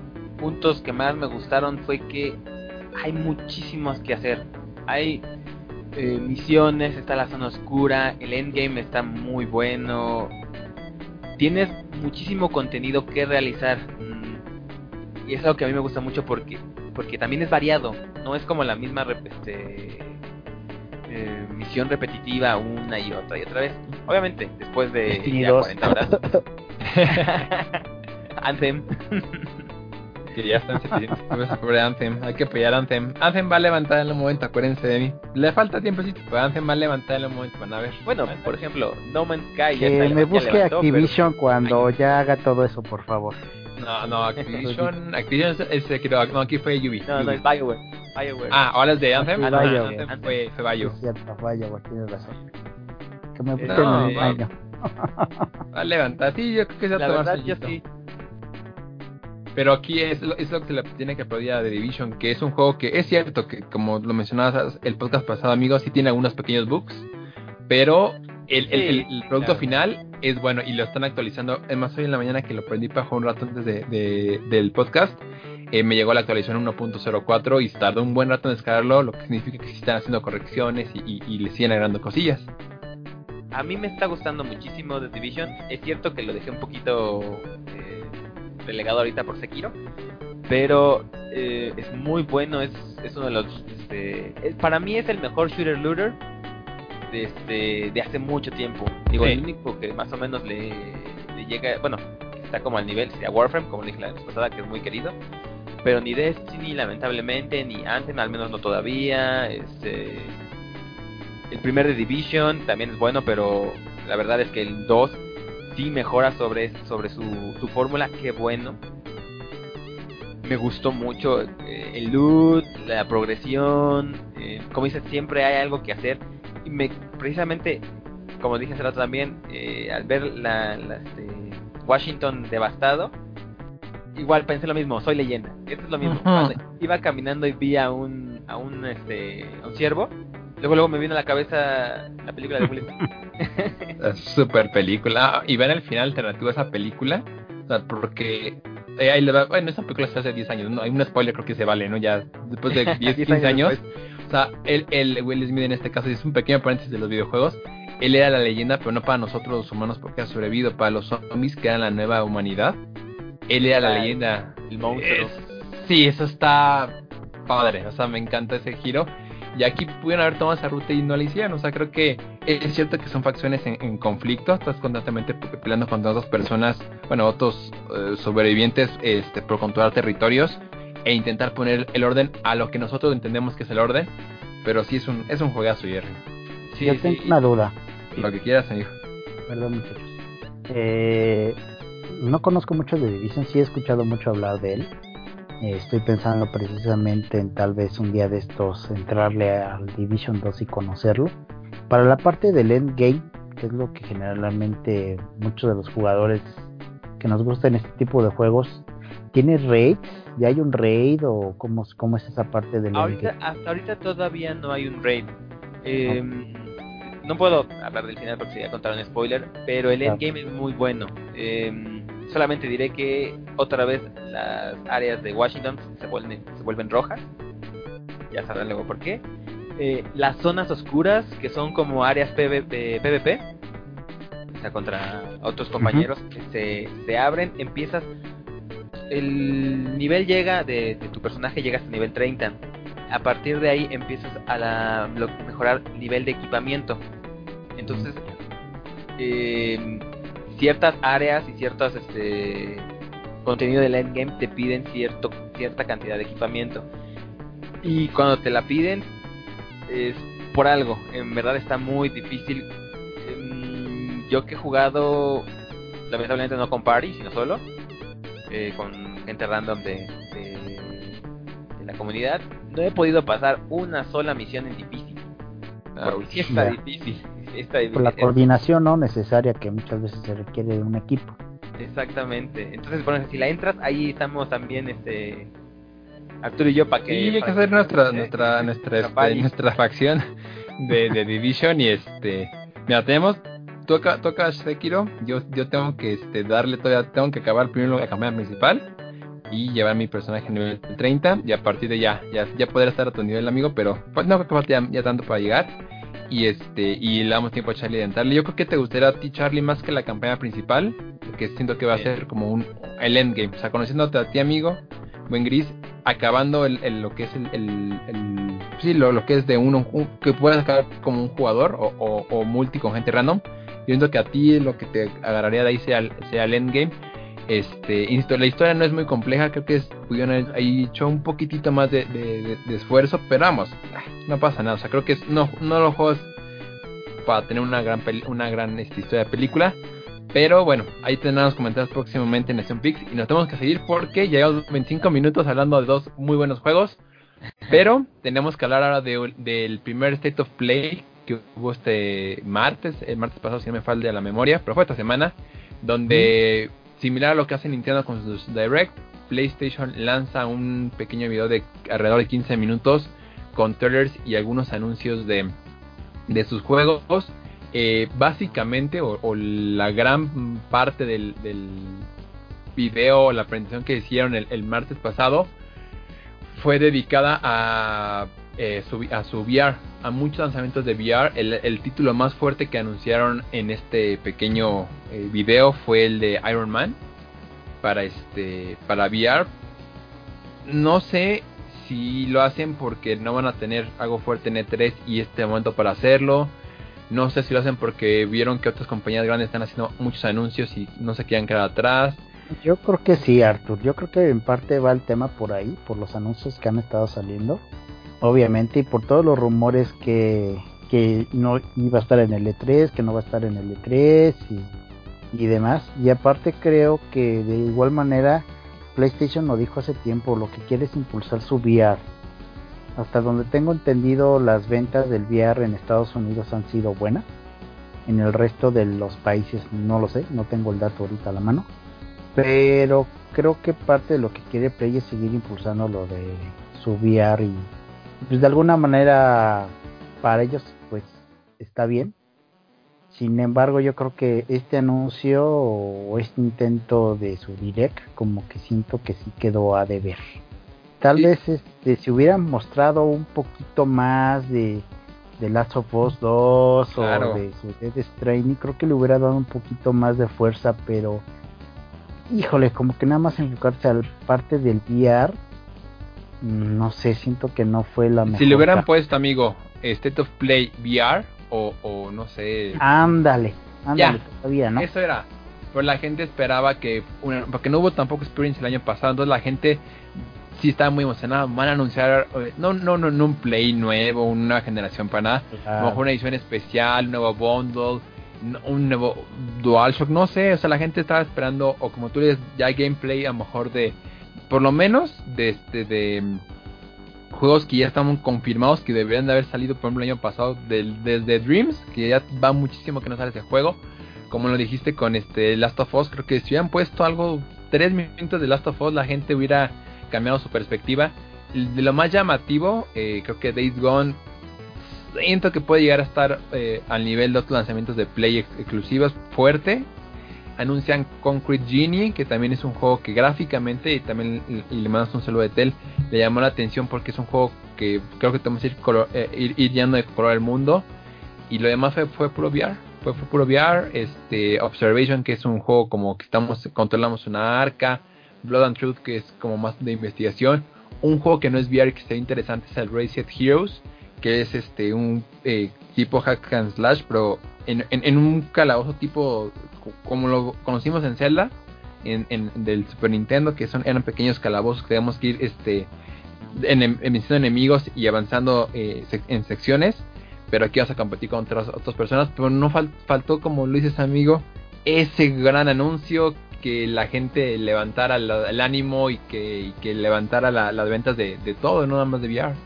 [SPEAKER 2] puntos que más me gustaron fue que hay muchísimos que hacer. Hay eh, misiones, está la zona oscura, el endgame está muy bueno. Tienes muchísimo contenido que realizar. Mm, y es algo que a mí me gusta mucho porque porque también es variado. No es como la misma rep- este, eh, misión repetitiva una y otra y otra vez. Obviamente, después de
[SPEAKER 3] Destiny
[SPEAKER 2] ya
[SPEAKER 3] dos.
[SPEAKER 2] cuarenta horas. Anthem.
[SPEAKER 1] Que ya están suficientes sobre Anthem. Hay que apoyar a Anthem. Anthem va a levantar en el momento, acuérdense de mí. Le falta tiempecito, pero Anthem va a levantar en el momento. Van a ver.
[SPEAKER 2] Bueno, por ejemplo, No Man's Sky ya
[SPEAKER 3] Que
[SPEAKER 2] está,
[SPEAKER 3] me
[SPEAKER 2] ya
[SPEAKER 3] busque
[SPEAKER 2] levantó,
[SPEAKER 3] Activision
[SPEAKER 2] pero-
[SPEAKER 3] cuando
[SPEAKER 2] Ay,
[SPEAKER 3] ya haga todo eso, por favor.
[SPEAKER 1] No, no, Activision. Activision es, es, es- no, aquí fue Ubi.
[SPEAKER 2] No, no,
[SPEAKER 1] Ubi.
[SPEAKER 2] es BioWare. BioWare.
[SPEAKER 1] Ah, ahora es de Anthem.
[SPEAKER 3] Ah,
[SPEAKER 1] Ah, no,
[SPEAKER 3] Bio.
[SPEAKER 1] Anthem
[SPEAKER 2] Anthem.
[SPEAKER 1] fue, fue Bayo.
[SPEAKER 3] Es cierto, vaya, güey, tienes razón. Que me
[SPEAKER 2] Eh,
[SPEAKER 3] busquen
[SPEAKER 1] no,
[SPEAKER 3] en un
[SPEAKER 1] va-
[SPEAKER 3] año.
[SPEAKER 1] Va a levantar. Sí, yo creo que se va a
[SPEAKER 2] La
[SPEAKER 1] tomar
[SPEAKER 2] verdad,
[SPEAKER 1] su
[SPEAKER 2] yo
[SPEAKER 1] hijito.
[SPEAKER 2] sí.
[SPEAKER 1] Pero aquí es lo, es lo que se le tiene que aplaudir a The Division, que es un juego que es cierto que, como lo mencionabas el podcast pasado, amigos, sí tiene algunos pequeños bugs, pero el, el, el- el producto
[SPEAKER 2] claro.
[SPEAKER 1] final es bueno y lo están actualizando. Es más, hoy en la mañana que lo prendí para jugar un rato antes de, de- del podcast, eh, me llegó la actualización uno punto cero cuatro y tardó un buen rato en descargarlo, lo que significa que sí están haciendo correcciones y, y, y le siguen agregando cosillas.
[SPEAKER 2] A mí me está gustando muchísimo The Division. Es cierto que lo dejé un poquito eh, relegado ahorita por Sekiro, pero eh, es muy bueno. Es, es uno de los este, es- para mí es el mejor shooter looter de, este, de hace mucho tiempo. Digo,
[SPEAKER 1] Sí.
[SPEAKER 2] el único que más o menos le, le llega, bueno, está como al nivel sería Warframe, como dije la vez pasada, que es muy querido, pero ni Destiny lamentablemente, ni Anthem, al menos no todavía. Este, el primer The Division también es bueno, pero la verdad es que el dos sí mejora sobre, sobre su, su fórmula. Qué bueno. Me gustó mucho eh, el loot, la progresión. Eh, como dices, siempre hay algo que hacer. Y me, precisamente, como dije hace rato también, eh, al ver la, la, este, Washington devastado, igual pensé lo mismo, soy leyenda. Esto es lo mismo.
[SPEAKER 1] Ujú.
[SPEAKER 2] Cuando iba caminando y vi a un, a un, este, a un ciervo, luego luego me vino a la cabeza la película de Will Smith.
[SPEAKER 1] Es super película. Ah, y ven el final alternativo de esa película. O sea, porque. eh, ahí le va- bueno, esa película se hace diez años. ¿No? Hay un spoiler, creo que se vale, ¿no? Ya después de diez,
[SPEAKER 2] diez
[SPEAKER 1] quince
[SPEAKER 2] años
[SPEAKER 1] años. O sea, el, el Will Smith en este caso es un pequeño paréntesis de los videojuegos. Él era la leyenda, pero no para nosotros los humanos porque ha sobrevivido. Para los zombies, que eran la nueva humanidad, él era la
[SPEAKER 2] Ah,
[SPEAKER 1] leyenda.
[SPEAKER 2] el monstruo.
[SPEAKER 1] Es- sí, eso está padre. O sea, me encanta ese giro. Y aquí pudieron haber tomado esa ruta y no la hicieron. O sea, creo que es cierto que son facciones en, en conflicto. Estás constantemente pe- peleando contra otras personas, bueno, otros eh, sobrevivientes este, por controlar territorios e intentar poner el orden a lo que nosotros entendemos que es el orden. Pero sí es un es un juegazo, Jerry.
[SPEAKER 2] Sí,
[SPEAKER 3] Yo
[SPEAKER 2] sí.
[SPEAKER 3] tengo una duda.
[SPEAKER 1] Lo que quieras, amigo.
[SPEAKER 3] Perdón, muchachos. Eh, no conozco mucho de Division, sí he escuchado mucho hablar de él. Eh, estoy pensando precisamente en tal vez un día de estos entrarle al Division dos y conocerlo. Para la parte del endgame, que es lo que generalmente muchos de los jugadores que nos gustan este tipo de juegos, ¿tiene raids? ¿Ya hay un raid o cómo, cómo es esa parte del
[SPEAKER 2] Ahorita,
[SPEAKER 3] endgame?
[SPEAKER 2] hasta ahorita todavía no hay un raid. Eh, no puedo hablar del final porque sería contar un spoiler, pero el
[SPEAKER 3] Claro.
[SPEAKER 2] endgame es muy bueno. Eh, solamente diré que otra vez las áreas de Washington se vuelven, se vuelven rojas. Ya sabrán luego por qué. Eh, las zonas oscuras, que son como áreas P V P, P V P, o sea, contra otros compañeros, que se, se abren, empiezas... El nivel llega de, de tu personaje llega hasta nivel treinta. A partir de ahí empiezas a la, lo- mejorar nivel de equipamiento. Entonces, eh, ciertas áreas y ciertos este, contenido del endgame te piden cierto, cierta cantidad de equipamiento. Y cuando te la piden, es por algo. En verdad está muy difícil. Em, Yo que he jugado, lamentablemente no con party, sino solo, eh, con gente random de, de, de la comunidad, no he podido pasar una sola misión en difícil. Porque sí está
[SPEAKER 3] ya.
[SPEAKER 2] difícil. sí Está
[SPEAKER 3] Por la
[SPEAKER 2] difícil.
[SPEAKER 3] coordinación no necesaria que muchas veces se requiere de un equipo.
[SPEAKER 2] Exactamente. Entonces, bueno, si la entras, ahí estamos también, este, Arturo y yo, para que...
[SPEAKER 1] Sí, hay que
[SPEAKER 2] para
[SPEAKER 1] hacer nuestra
[SPEAKER 2] eh,
[SPEAKER 1] nuestra nuestra este,
[SPEAKER 2] party.
[SPEAKER 1] nuestra facción de, de Division y este mira, tenemos toca toca Sekiro, yo yo tengo que este darle todavía tengo que acabar primero la campaña principal y llevar mi personaje a nivel treinta, y a partir de ya, ya, ya poder estar a tu nivel, amigo, pero pues no creo que falte ya, ya tanto para llegar. Y este, y le damos tiempo a Charlie de entrarle. Yo creo que te gustaría a ti, Charlie, más que la campaña principal, porque siento que va a ser como un el endgame. O sea, conociéndote a ti, amigo, buen gris, acabando el, el lo que es el, el, el sí, lo, lo que es de uno, un, que puedas acabar como un jugador o, o, o multi con gente random. Yo siento que a ti lo que te agarraría de ahí sea, sea el endgame. Este, insisto, la historia no es muy compleja, creo que es, pudieron haber ahí hecho un poquitito más de, de, de, de esfuerzo, pero vamos, no pasa nada, o sea, creo que es, no, no lo juegos para tener una gran peli, una gran este, historia de película, pero bueno, ahí tendremos comentarios próximamente en Nation Pix, y nos tenemos que seguir porque ya llevamos veinticinco minutos hablando de dos muy buenos juegos, pero tenemos que hablar ahora de, del primer State of Play que hubo este martes, el martes pasado si no me falta la memoria, pero fue esta semana, donde... ¿Mm? Similar a lo que hace Nintendo con sus Direct, PlayStation lanza un pequeño video de alrededor de quince minutos con trailers y algunos anuncios de, de sus juegos. Eh, básicamente, o, o la gran parte del, del video, la presentación que hicieron el, el martes pasado, fue dedicada a, eh, su, a su V R, a muchos lanzamientos de V R. El, el título más fuerte que anunciaron en este pequeño eh, video fue el de Iron Man para este para V R. No sé si lo hacen porque no van a tener algo fuerte en E tres y este momento para hacerlo. No sé si lo hacen porque vieron que otras compañías grandes están haciendo muchos anuncios y no se quieran quedar atrás.
[SPEAKER 3] Yo creo que sí, Arthur. Yo creo que en parte va el tema por ahí, por los anuncios que han estado saliendo. Obviamente, y por todos los rumores que, que no iba a estar en el E tres, que no va a estar en el E tres y, y demás. Y aparte creo que de igual manera PlayStation lo dijo hace tiempo, lo que quiere es impulsar su V R. Hasta donde tengo entendido, las ventas del V R en Estados Unidos han sido buenas. En el resto de los países no lo sé, no tengo el dato ahorita a la mano. Pero creo que parte de lo que quiere Play es seguir impulsando lo de su V R y pues de alguna manera para ellos pues está bien. Sin embargo, yo creo que este anuncio o este intento de su Direct como que siento que sí quedó a deber. Tal sí. vez este, si hubieran mostrado un poquito más de, de Last of Us dos claro. o de su Death Stranding, creo que le hubiera dado un poquito más de fuerza, pero híjole, como que nada más enfocarse al parte del V R, no sé, siento que no fue la mejor.
[SPEAKER 1] Si le hubieran cara. puesto, amigo, State of Play V R o, o no sé.
[SPEAKER 3] Ándale, ándale,
[SPEAKER 1] ya,
[SPEAKER 3] todavía, ¿no?
[SPEAKER 1] Eso era. Pero la gente esperaba que, una, porque no hubo tampoco Experience el año pasado, entonces la gente sí estaba muy emocionada. Van a anunciar, no, no, no, no un Play nuevo, una nueva generación para nada, claro. A lo mejor una edición especial, un nuevo bundle, un nuevo DualShock, no sé, o sea, la gente estaba esperando, o como tú dices, ya hay gameplay a lo mejor de, por lo menos, de, de, de juegos que ya están confirmados que deberían de haber salido, por ejemplo, el año pasado, del, desde Dreams, que ya va muchísimo que no sale ese juego, como lo dijiste con este Last of Us. Creo que si hubieran puesto algo, tres minutos de Last of Us, la gente hubiera cambiado su perspectiva. De lo más llamativo, eh, creo que Days Gone siento que puede llegar a estar eh, al nivel de otros lanzamientos de Play ex- exclusivos fuerte. Anuncian Concrete Genie, que también es un juego que gráficamente, y también y le mandas un saludo de Tel, le llamó la atención porque es un juego que creo que tenemos que ir, color, eh, ir, ir yendo de color al mundo. Y lo demás fue, fue puro V R, fue, fue puro V R. Este, Observation, que es un juego como que estamos controlamos una arca. Blood and Truth, que es como más de investigación. Un juego que no es V R, que sería interesante, es el Reset Heroes, que es este un eh, tipo hack and slash, pero en, en, en un calabozo tipo como lo conocimos en Zelda, en, en del Super Nintendo, que son eran pequeños calabozos que teníamos que ir este en, en, venciendo enemigos y avanzando eh, sec- en secciones, pero aquí vas a competir con otras, otras personas. Pero no fal- faltó, como lo dices, amigo, ese gran anuncio, que la gente levantara la, el ánimo y que, y que levantara la, las ventas de, de todo, no nada más de V R.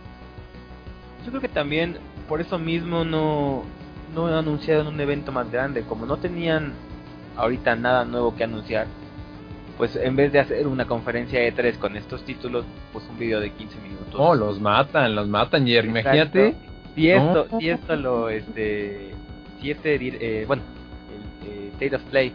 [SPEAKER 2] Yo creo que también por eso mismo no, no anunciaron un evento más grande. Como no tenían ahorita nada nuevo que anunciar, pues en vez de hacer una conferencia E tres con estos títulos, pues un video de quince minutos.
[SPEAKER 1] Oh, los matan, los matan, Jerry, imagínate.
[SPEAKER 2] Si esto, no. si esto lo, este, si este, eh, bueno, el eh, State of Play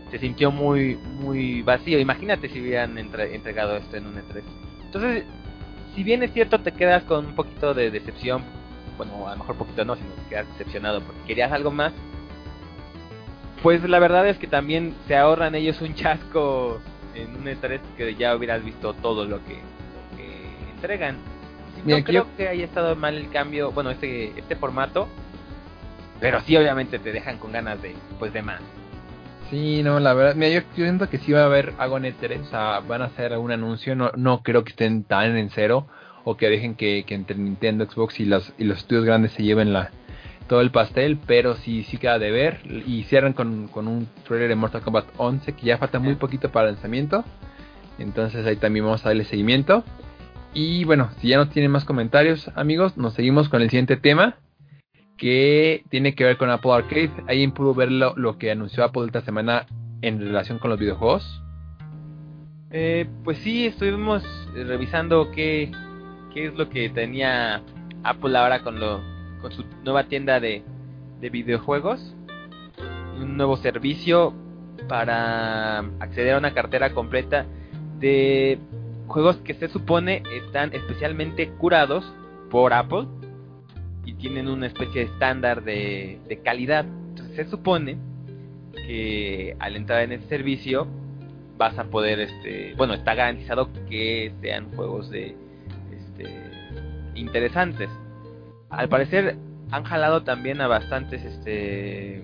[SPEAKER 2] se sintió muy muy vacío. Imagínate si hubieran entre, entregado esto en un E tres. Entonces, si bien es cierto, te quedas con un poquito de decepción. Bueno, a lo mejor poquito no, sino te quedas decepcionado porque querías algo más. Pues la verdad es que también se ahorran ellos un chasco en un E tres que ya hubieras visto todo lo que, lo que entregan. Sí, no creo yo... que haya estado mal el cambio, bueno, este este formato, pero sí obviamente te dejan con ganas de pues de más.
[SPEAKER 1] Sí, no, la verdad, mira, yo, yo siento que sí va a haber algo en E tres, o sea, van a hacer algún anuncio, no no creo que estén tan en cero, o que dejen que, que entre Nintendo, Xbox y los, y los estudios grandes se lleven la todo el pastel, pero sí sí queda de ver, y cierran con, con un trailer de Mortal Kombat once, que ya falta muy poquito para el lanzamiento, entonces ahí también vamos a darle seguimiento. Y bueno, si ya no tienen más comentarios, amigos, nos seguimos con el siguiente tema, que tiene que ver con Apple Arcade. ¿Alguien pudo ver lo, lo que anunció Apple esta semana en relación con los videojuegos?
[SPEAKER 2] Eh, pues sí, estuvimos revisando qué, qué es lo que tenía Apple ahora con, lo, con su nueva tienda de, de videojuegos. Un nuevo servicio para acceder a una cartera completa de juegos que se supone están especialmente curados por Apple y tienen una especie de estándar de, de calidad. Entonces se supone que al entrar en este servicio vas a poder, este, bueno, está garantizado que sean juegos de, este, interesantes. Al parecer han jalado también a bastantes, este,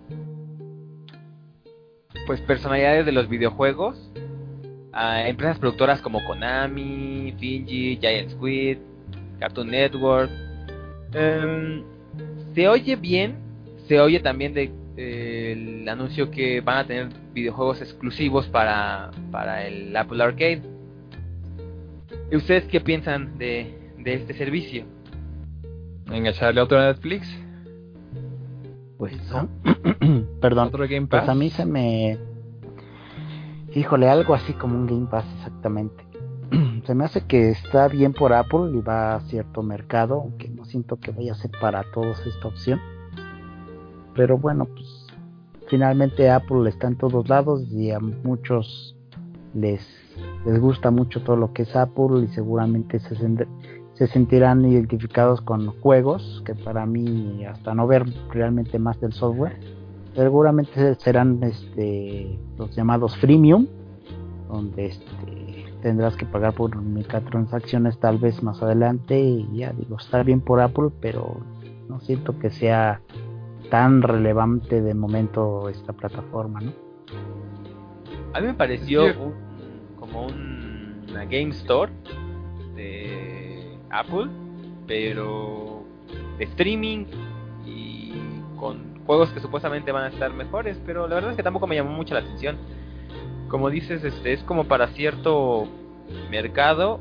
[SPEAKER 2] pues personalidades de los videojuegos, a empresas productoras como Konami, Finji, Giant Squid, Cartoon Network. Um, se oye bien, se oye también de eh, el anuncio que van a tener videojuegos exclusivos para, para el Apple Arcade. ¿Y ustedes qué piensan de, de este servicio?
[SPEAKER 1] ¿Engancharle otro Netflix?
[SPEAKER 3] Pues ¿no? Perdón,
[SPEAKER 1] ¿Otro Game Pass?
[SPEAKER 3] Pues a mí se me... Híjole, algo así como un Game Pass exactamente. Se me hace que está bien por Apple y va a cierto mercado, aunque no siento que vaya a ser para todos esta opción. Pero bueno, pues finalmente Apple está en todos lados y a muchos les les gusta mucho todo lo que es Apple y seguramente se, se sentirán identificados con juegos que para mí, hasta no ver realmente más del software, seguramente serán este los llamados freemium, donde este tendrás que pagar por microtransacciones tal vez más adelante. Y ya digo, está bien por Apple, pero no siento que sea tan relevante de momento esta plataforma, ¿no?
[SPEAKER 2] A mí me pareció un, como un, una Game Store de Apple, pero de streaming y con juegos que supuestamente van a estar mejores, pero la verdad es que tampoco me llamó mucho la atención. Como dices, este es como para cierto mercado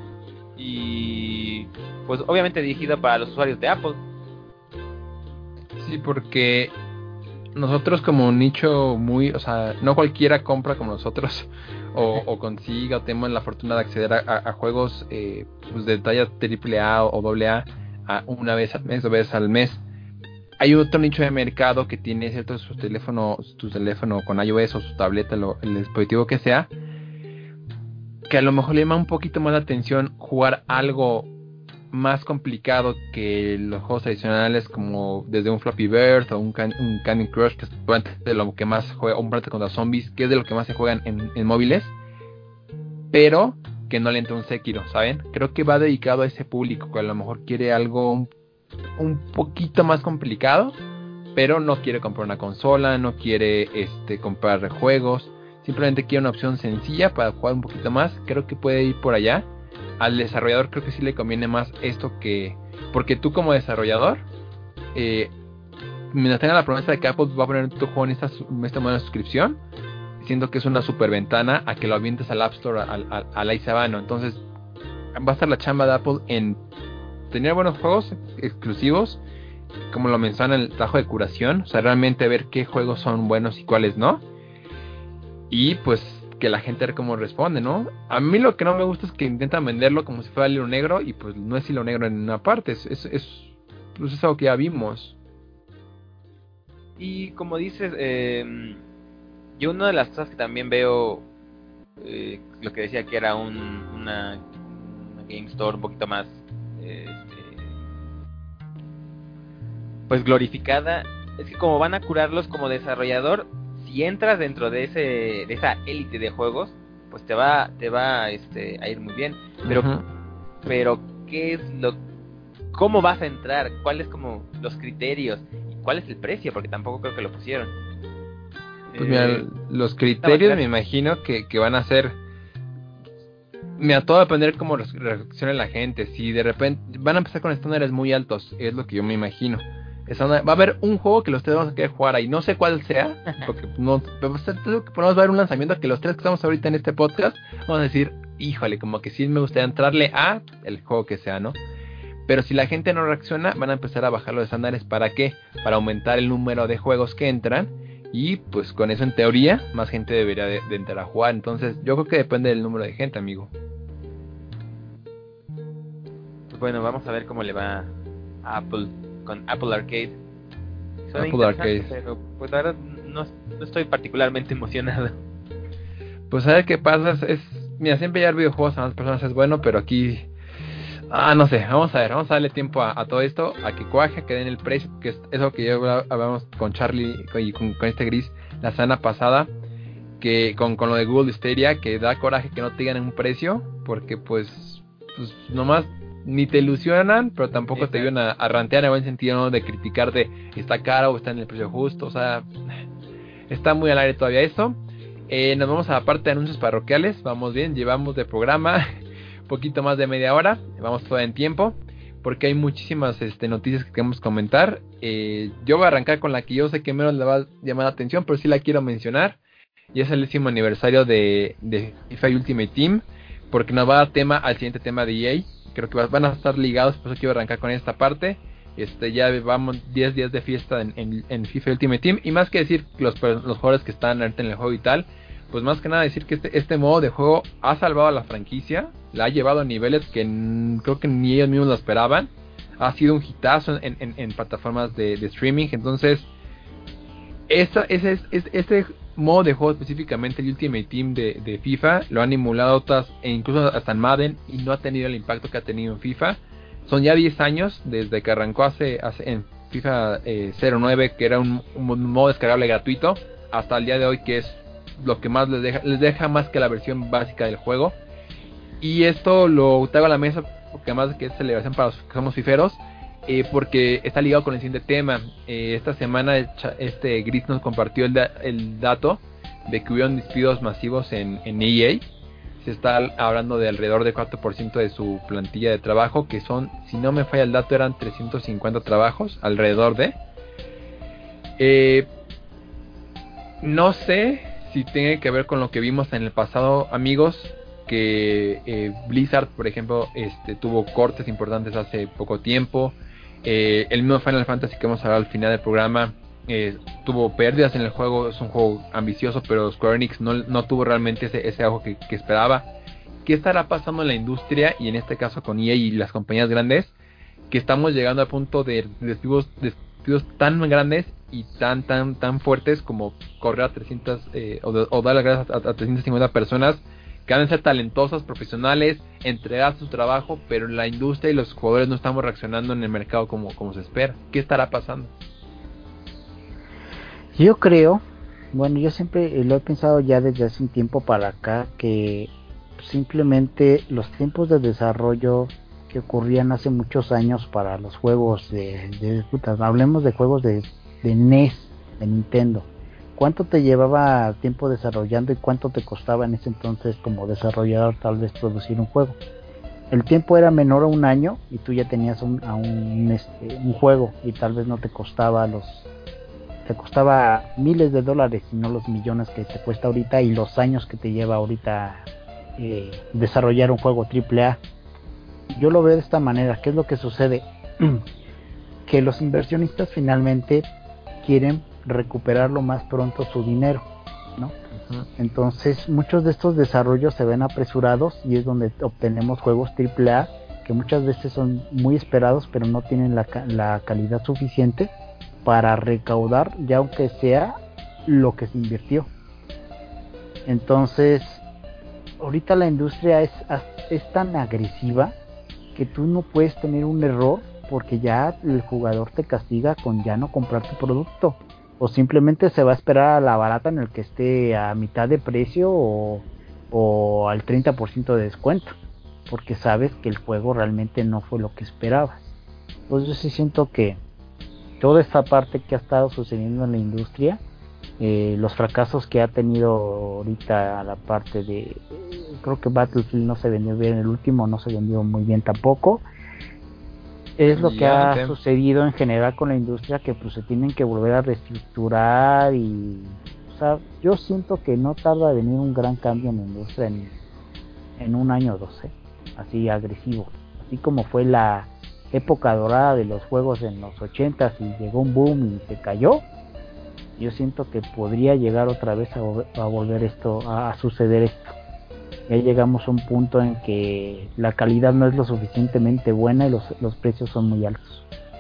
[SPEAKER 2] y pues obviamente dirigido para los usuarios de Apple.
[SPEAKER 1] Sí, porque nosotros como un nicho muy, o sea, no cualquiera compra como nosotros o, o consiga o tenemos la fortuna de acceder a, a, a juegos eh, pues de talla triple A o doble A a una vez al mes, dos veces al mes. Hay otro nicho de mercado que tiene cierto su teléfono, tu teléfono con iOS o su tableta, lo, el dispositivo que sea, que a lo mejor le llama un poquito más la atención jugar algo más complicado que los juegos tradicionales, como desde un Flappy Bird o un, can, un Candy Crush, que es de lo que más juega, un Planta contra Zombies, que es de lo que más se juegan en, en móviles, pero que no le entra un Sekiro, ¿saben? Creo que va dedicado a ese público que a lo mejor quiere algo un, un poquito más complicado, pero no quiere comprar una consola, no quiere este comprar juegos, simplemente quiere una opción sencilla para jugar un poquito más. Creo que puede ir por allá. Al desarrollador creo que sí le conviene más esto, que porque tú como desarrollador eh, mientras tenga la promesa de que Apple va a poner tu juego en esta, esta modo de suscripción, siento que es una super ventana a que lo avientes al App Store al, al, al ahí se va, ¿no? Entonces va a estar la chamba de Apple en tener buenos juegos exclusivos, como lo menciona el trabajo de curación, o sea, realmente ver qué juegos son buenos y cuáles no, y pues que la gente vea cómo responde, ¿no? A mí lo que no me gusta es que intentan venderlo como si fuera el hilo negro, y pues no es hilo negro en una parte, es, es, es, pues es algo que ya vimos.
[SPEAKER 2] Y como dices, eh, Y una de las cosas que también veo, eh, lo que decía que era un, una, una Game Store un poquito más, eh, este, pues glorificada, es que como van a curarlos como desarrollador, si entras dentro de ese de esa élite de juegos, pues te va te va este a ir muy bien. Pero uh-huh. pero ¿qué es lo cómo vas a entrar? ¿Cuáles como los criterios? ¿Y cuál es el precio? Porque tampoco creo que lo pusieron.
[SPEAKER 1] Pues eh, mira, los criterios me imagino que, que van a ser, mira, todo va a depender cómo reaccione la gente. Si de repente van a empezar con estándares muy altos, es lo que yo me imagino. Va a haber un juego que los tres vamos a querer jugar ahí, no sé cuál sea, porque no, podemos ver un lanzamiento que los tres que estamos ahorita en este podcast vamos a decir, híjole, como que sí me gustaría entrarle a el juego que sea, ¿no? Pero si la gente no reacciona, van a empezar a bajar los estándares. ¿Para qué? Para aumentar el número de juegos que entran, y pues con eso en teoría más gente debería de, de entrar a jugar. Entonces yo creo que depende del número de gente, amigo.
[SPEAKER 2] Pues bueno, vamos a ver cómo le va a Apple con Apple Arcade.
[SPEAKER 1] Suena Apple Arcade,
[SPEAKER 2] pero pues la verdad no, no estoy particularmente emocionado.
[SPEAKER 1] Pues a ver qué pasa. Es, es mira, siempre llevar videojuegos a más personas es bueno, pero aquí ah no sé, vamos a ver, vamos a darle tiempo a, a todo esto, a que cuaje, que den el precio, que es eso que yo hablamos con Charlie y con, con este Gris la semana pasada, que con, con lo de Google Stadia, que da coraje que no te digan un precio, porque pues, pues nomás ni te ilusionan, pero tampoco Exacto. te ayudan a, a rantear en buen sentido, ¿no? De criticarte, está caro o está en el precio justo, o sea, está muy al aire todavía esto. Eh, nos vamos a la parte de anuncios parroquiales, vamos bien, llevamos de programa un poquito más de media hora, vamos todo en tiempo, porque hay muchísimas este, noticias que queremos comentar. Eh, yo voy a arrancar con la que yo sé que menos le va a llamar la atención, pero sí la quiero mencionar, y es el décimo aniversario de, de FIFA Ultimate Team, porque nos va a dar tema al siguiente tema de E A. Creo que van a estar ligados, por eso quiero arrancar con esta parte. Este ya vamos diez días de fiesta en, en, en FIFA Ultimate Team. Y más que decir los, los jugadores que están ahorita en el juego y tal, pues más que nada decir que este, este modo de juego ha salvado a la franquicia. La ha llevado a niveles que n- creo que ni ellos mismos lo esperaban. Ha sido un hitazo en, en, en plataformas de, de streaming. Entonces esta, ese, es, es, este modo de juego, específicamente el Ultimate Team de, de FIFA, lo han emulado otras, e incluso hasta en Madden, y no ha tenido el impacto que ha tenido en FIFA. Son ya diez años desde que arrancó hace, hace en FIFA eh, cero nueve, que era un, un modo descargable gratuito, hasta el día de hoy, que es lo que más les deja, les deja más que la versión básica del juego. Y esto lo traigo a la mesa porque además de que es celebración para los que somos fiferos, Eh, porque está ligado con el siguiente tema. Eh, esta semana este Gris nos compartió el, da- el dato de que hubieron despidos masivos en, en E A. Se está hablando de alrededor del cuatro por ciento de su plantilla de trabajo, que son, si no me falla el dato, eran trescientos cincuenta trabajos alrededor de. Eh, no sé si tiene que ver con lo que vimos en el pasado, amigos, que eh, Blizzard, por ejemplo, este tuvo cortes importantes hace poco tiempo. Eh, el mismo Final Fantasy que vamos a hablar al final del programa eh, tuvo pérdidas en el juego. Es un juego ambicioso, pero Square Enix no, no tuvo realmente ese, ese auge que, que esperaba. ¿Qué estará pasando en la industria, y en este caso con E A y las compañías grandes, que estamos llegando al punto de despidos, despidos tan grandes y tan tan tan fuertes como correr a trescientas eh, o, de, o dar las gracias a, a trescientas cincuenta personas que han de ser talentosas, profesionales, entregar su trabajo, pero la industria y los jugadores no estamos reaccionando en el mercado como, como se espera? ¿Qué estará pasando?
[SPEAKER 3] Yo creo, bueno, yo siempre lo he pensado ya desde hace un tiempo para acá, que simplemente los tiempos de desarrollo que ocurrían hace muchos años para los juegos de, de putas, hablemos de juegos de, de N E S, de Nintendo. ¿Cuánto te llevaba tiempo desarrollando y cuánto te costaba en ese entonces como desarrollador tal vez producir un juego? El tiempo era menor a un año y tú ya tenías un, a un, este, un juego, y tal vez no te costaba los te costaba miles de dólares y no los millones que te cuesta ahorita, y los años que te lleva ahorita eh, desarrollar un juego triple A. Yo lo veo de esta manera. ¿Qué es lo que sucede? Que los inversionistas finalmente quieren recuperar lo más pronto su dinero, ¿no? Uh-huh. Entonces muchos de estos desarrollos se ven apresurados, y es donde obtenemos juegos triple A que muchas veces son muy esperados, pero no tienen la, la calidad suficiente para recaudar, ya aunque sea lo que se invirtió. Entonces, ahorita la industria es, es tan agresiva que tú no puedes tener un error porque ya el jugador te castiga con ya no comprar tu producto, o simplemente se va a esperar a la barata en el que esté a mitad de precio o, o al treinta por ciento de descuento, porque sabes que el juego realmente no fue lo que esperabas. Pues yo sí siento que toda esta parte que ha estado sucediendo en la industria, eh, los fracasos que ha tenido ahorita la parte de, creo que Battlefield no se vendió bien, el último no se vendió muy bien tampoco, es lo que ha
[SPEAKER 1] Ya,
[SPEAKER 3] sucedido en general con la industria, que pues se tienen que volver a reestructurar y, o sea, yo siento que no tarda en venir un gran cambio en la industria en, en un año o dos, ¿eh? Así agresivo, así como fue la época dorada de los juegos en los ochentas y llegó un boom y se cayó. Yo siento que podría llegar otra vez a, a volver esto, a, a suceder esto. Ya llegamos a un punto en que la calidad no es lo suficientemente buena y los, los precios son muy altos.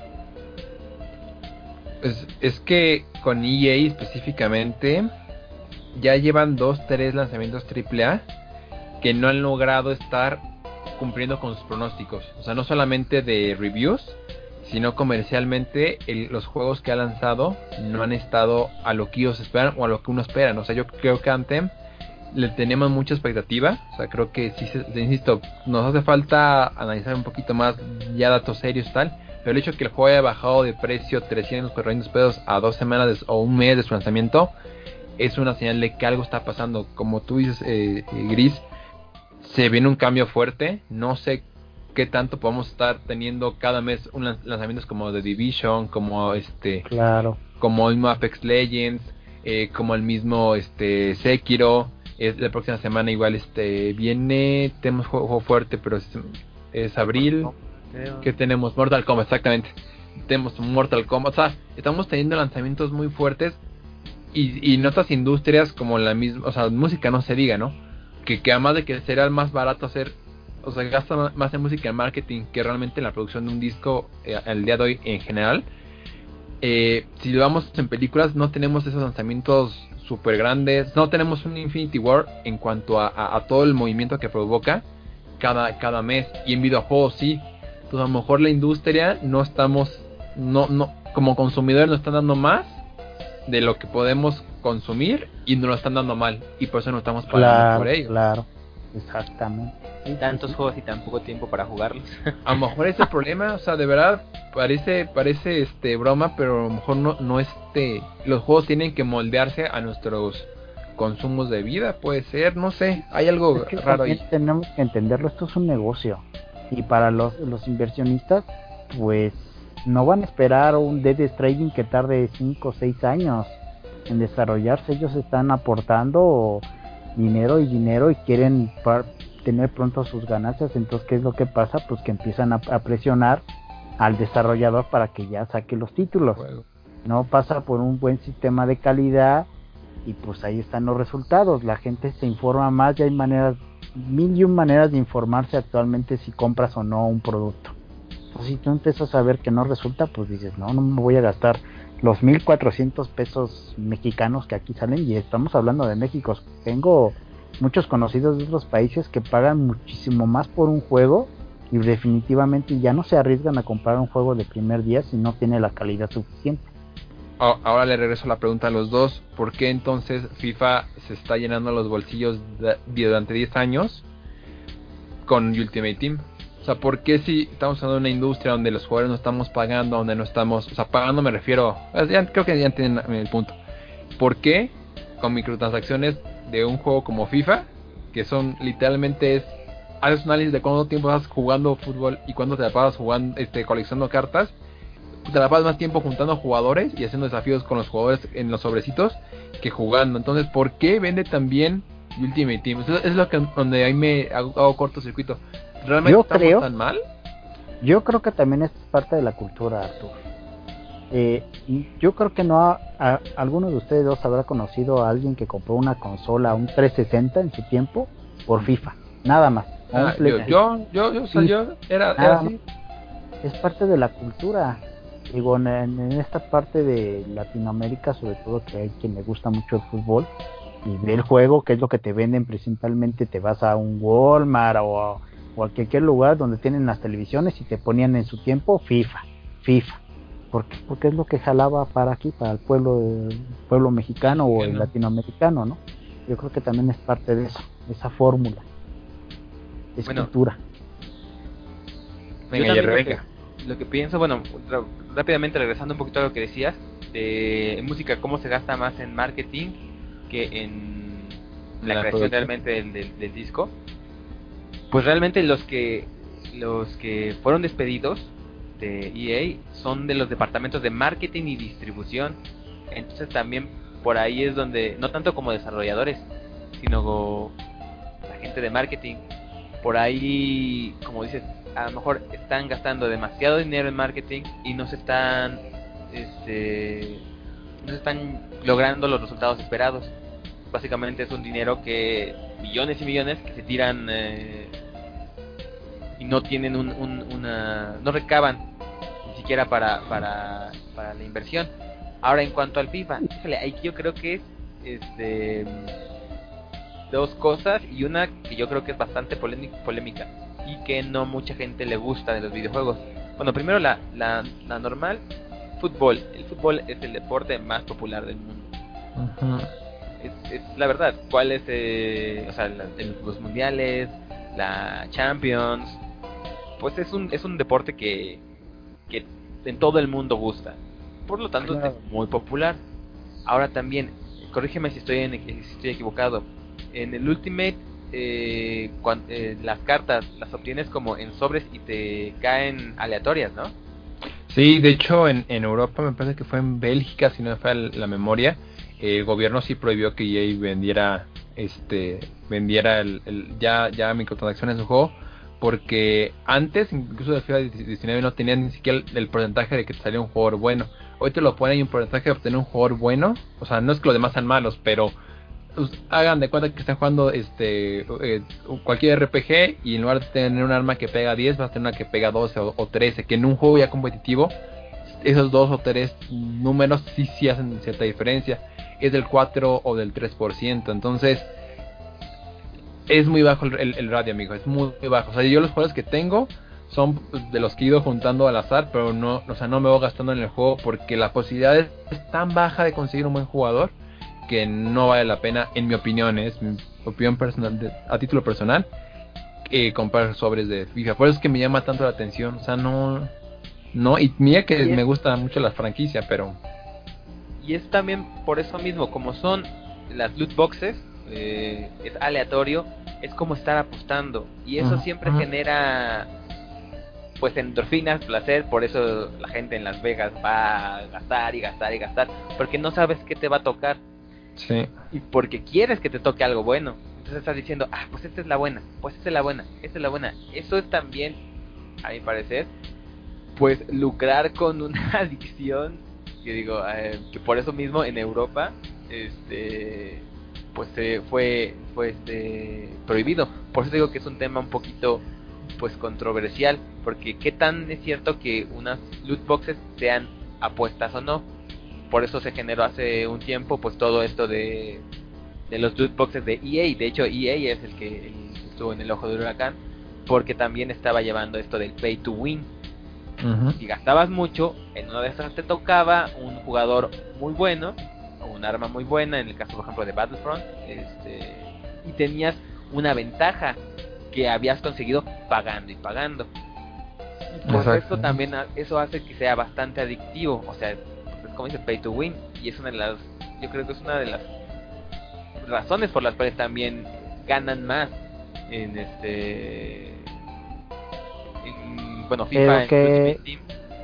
[SPEAKER 1] Es, es que con E A específicamente ya llevan dos, tres lanzamientos triple A que no han logrado estar cumpliendo con sus pronósticos. O sea, no solamente de reviews, sino comercialmente el, los juegos que ha lanzado no han estado a lo que ellos esperan o a lo que uno esperan. O sea, yo creo que Anthem le tenemos mucha expectativa. O sea, creo que sí, se, insisto, nos hace falta analizar un poquito más ya datos serios y tal. Pero el hecho de que el juego haya bajado de precio trescientos, cuatrocientos pesos a dos semanas de, o un mes de su lanzamiento es una señal de que algo está pasando. Como tú dices, eh, eh, Gris, se viene un cambio fuerte. No sé qué tanto podemos estar teniendo cada mes un lanzamientos como The Division, como este,
[SPEAKER 3] claro,
[SPEAKER 1] como el mismo Apex Legends, eh, como el mismo este Sekiro. Es la próxima semana igual este viene, tenemos juego, juego fuerte, pero es, es abril. Que tenemos Mortal Kombat, exactamente. Tenemos Mortal Kombat, o sea, estamos teniendo lanzamientos muy fuertes y, y en otras industrias como la misma, o sea, música no se diga, ¿no? Que, que además de que será más barato hacer, o sea, gasta más en música en marketing que realmente en la producción de un disco eh, al día de hoy en general. Eh, si lo vamos en películas, no tenemos esos lanzamientos super grandes, no tenemos un Infinity War en cuanto a, a, a todo el movimiento que provoca cada, cada mes, y en videojuegos sí. Entonces a lo mejor la industria no estamos, no, no, como consumidores nos están dando más de lo que podemos consumir y nos lo están dando mal, y por eso no estamos pagando
[SPEAKER 3] claro,
[SPEAKER 1] por ello.
[SPEAKER 3] Claro, exactamente.
[SPEAKER 2] Sí, tantos sí. juegos y tan poco tiempo para jugarlos.
[SPEAKER 1] A lo mejor es el problema, o sea, de verdad parece parece este broma, pero a lo mejor no no este los juegos tienen que moldearse a nuestros consumos de vida, puede ser, no sé, hay algo
[SPEAKER 3] es que
[SPEAKER 1] raro ahí.
[SPEAKER 3] Tenemos que entenderlo, esto es un negocio y para los los inversionistas pues no van a esperar un Death Stranding que tarde cinco o seis años en desarrollarse. Ellos están aportando dinero y dinero y quieren par- tener pronto sus ganancias. Entonces, ¿qué es lo que pasa? Pues que empiezan a, a presionar al desarrollador para que ya saque los títulos. Bueno. No pasa por un buen sistema de calidad y pues ahí están los resultados. La gente se informa más, ya hay maneras, mil y un maneras de informarse actualmente si compras o no un producto. Entonces, si tú empiezas a ver que no resulta, pues dices, no, no me voy a gastar los mil cuatrocientos pesos mexicanos que aquí salen, y estamos hablando de México. Tengo muchos conocidos de otros países que pagan muchísimo más por un juego y definitivamente ya no se arriesgan a comprar un juego de primer día si no tiene la calidad suficiente.
[SPEAKER 1] Ahora le regreso la pregunta a los dos. ¿Por qué entonces FIFA se está llenando los bolsillos de, durante diez años con Ultimate Team? O sea, ¿por qué si estamos en una industria donde los jugadores no estamos pagando, donde no estamos, o sea, pagando me refiero, ya, creo que ya entienden el punto. ¿Por qué con microtransacciones de un juego como FIFA, que son literalmente es, haces un análisis de cuánto tiempo estás jugando fútbol y cuánto te la pasas jugando, este, coleccionando cartas, te la pasas más tiempo juntando jugadores y haciendo desafíos con los jugadores en los sobrecitos que jugando? Entonces, ¿por qué vende tan bien Ultimate Team? Eso es lo que donde ahí me hago, hago cortocircuito. ¿Realmente
[SPEAKER 3] yo
[SPEAKER 1] estamos
[SPEAKER 3] creo,
[SPEAKER 1] tan mal?
[SPEAKER 3] Yo creo que también es parte de la cultura, Arturo. Eh, y yo creo que no ha, a, alguno de ustedes dos habrá conocido a alguien que compró una consola, un trescientos sesenta en su tiempo, por FIFA, nada más.
[SPEAKER 1] Ah, yo, yo, yo, yo, o sea, yo era, era así.
[SPEAKER 3] Es parte de la cultura. Digo, en, en esta parte de Latinoamérica, sobre todo, que hay quien le gusta mucho el fútbol, y ve el juego, que es lo que te venden principalmente. Te vas a un Walmart o a, o a cualquier lugar donde tienen las televisiones y te ponían en su tiempo FIFA, FIFA. ¿Por qué? Porque es lo que jalaba para aquí, para el pueblo, el pueblo mexicano o el latinoamericano, ¿no? Yo creo que también es parte de eso, esa fórmula, es
[SPEAKER 2] bueno,
[SPEAKER 3] cultura.
[SPEAKER 2] Venga, yo también lo, que, lo que pienso, bueno, rápidamente regresando un poquito a lo que decías, de música, cómo se gasta más en marketing que en la, la creación realmente del, del, del disco. Pues realmente los que los que fueron despedidos de E A son de los departamentos de marketing y distribución. Entonces también por ahí es donde, no tanto como desarrolladores, sino la gente de marketing, por ahí, como dices, a lo mejor están gastando demasiado dinero en marketing y no se están este no se están logrando los resultados esperados. Básicamente es un dinero que, millones y millones que se tiran eh, y no tienen un, un, una, no recaban ni siquiera para, para, para la inversión. Ahora en cuanto al FIFA, híjole, ahí yo creo que es este dos cosas, y una que yo creo que es bastante polémica y que no mucha gente le gusta de los videojuegos. Bueno, primero la, la, la normal, fútbol. El fútbol es el deporte más popular del mundo. Uh-huh. Es, es la verdad. ¿Cuál es, eh, o sea, la, el, los mundiales, la Champions? Pues es un es un deporte que que en todo el mundo gusta. Por lo tanto, claro, es muy popular. Ahora también, corrígeme si estoy en, si estoy equivocado. En el Ultimate eh, cuando, eh, las cartas las obtienes como en sobres y te caen aleatorias, ¿no?
[SPEAKER 1] Sí, de hecho en, en Europa, me parece que fue en Bélgica, si no me falla la memoria, eh, el gobierno sí prohibió que E A vendiera este vendiera el, el ya ya microtransacciones en su juego, porque antes incluso de FIFA diecinueve no tenían ni siquiera el, el porcentaje de que te salía un jugador bueno. Hoy te lo ponen, hay un porcentaje de obtener un jugador bueno, o sea, no es que los demás sean malos, pero pues, hagan de cuenta que están jugando este eh, cualquier R P G, y en lugar de tener un arma que pega diez, vas a tener una que pega doce o, o trece, que en un juego ya competitivo esos dos o tres números sí sí hacen cierta diferencia. Es del cuatro o del tres por ciento. Entonces es muy bajo el, el, el radio, amigo, es muy, muy bajo. O sea, yo los juegos que tengo son de los que he ido juntando al azar, pero no, o sea, no me voy gastando en el juego porque la posibilidad es, es tan baja de conseguir un buen jugador que no vale la pena, en mi opinión, es mi opinión personal, de, a título personal, eh, comprar sobres de FIFA. Por eso es que me llama tanto la atención. O sea, no, no, y mira que y es, me gusta mucho la franquicia, pero
[SPEAKER 2] y es también por eso mismo, como son las loot boxes, eh, es aleatorio, es como estar apostando, y eso uh-huh. siempre uh-huh. genera pues endorfinas, placer. Por eso la gente en Las Vegas va a gastar y gastar y gastar, porque no sabes qué te va a tocar.
[SPEAKER 1] Sí.
[SPEAKER 2] Y porque quieres que te toque algo bueno. Entonces estás diciendo, ah, pues esta es la buena, pues esta es la buena, esta es la buena. Eso es también, a mi parecer, pues lucrar con una adicción. Yo digo, eh, que por eso mismo en Europa, este, pues eh, fue, fue este, prohibido. Por eso digo que es un tema un poquito, pues controversial, porque qué tan es cierto que unas loot boxes sean apuestas o no. Por eso se generó hace un tiempo pues todo esto de, de los loot boxes de E A. De hecho, E A es el que, el que estuvo en el ojo del huracán, porque también estaba llevando esto del pay to win. Uh-huh. Si gastabas mucho, en una de esas te tocaba un jugador muy bueno, o un arma muy buena, en el caso por ejemplo de Battlefront, este, y tenías una ventaja que habías conseguido pagando y pagando. Y por Exacto. eso también eso hace que sea bastante adictivo. O sea, como dice, pay to win, y es una de las, yo creo que es una de las razones por las cuales también ganan más en este en, bueno, FIFA, en que... Team.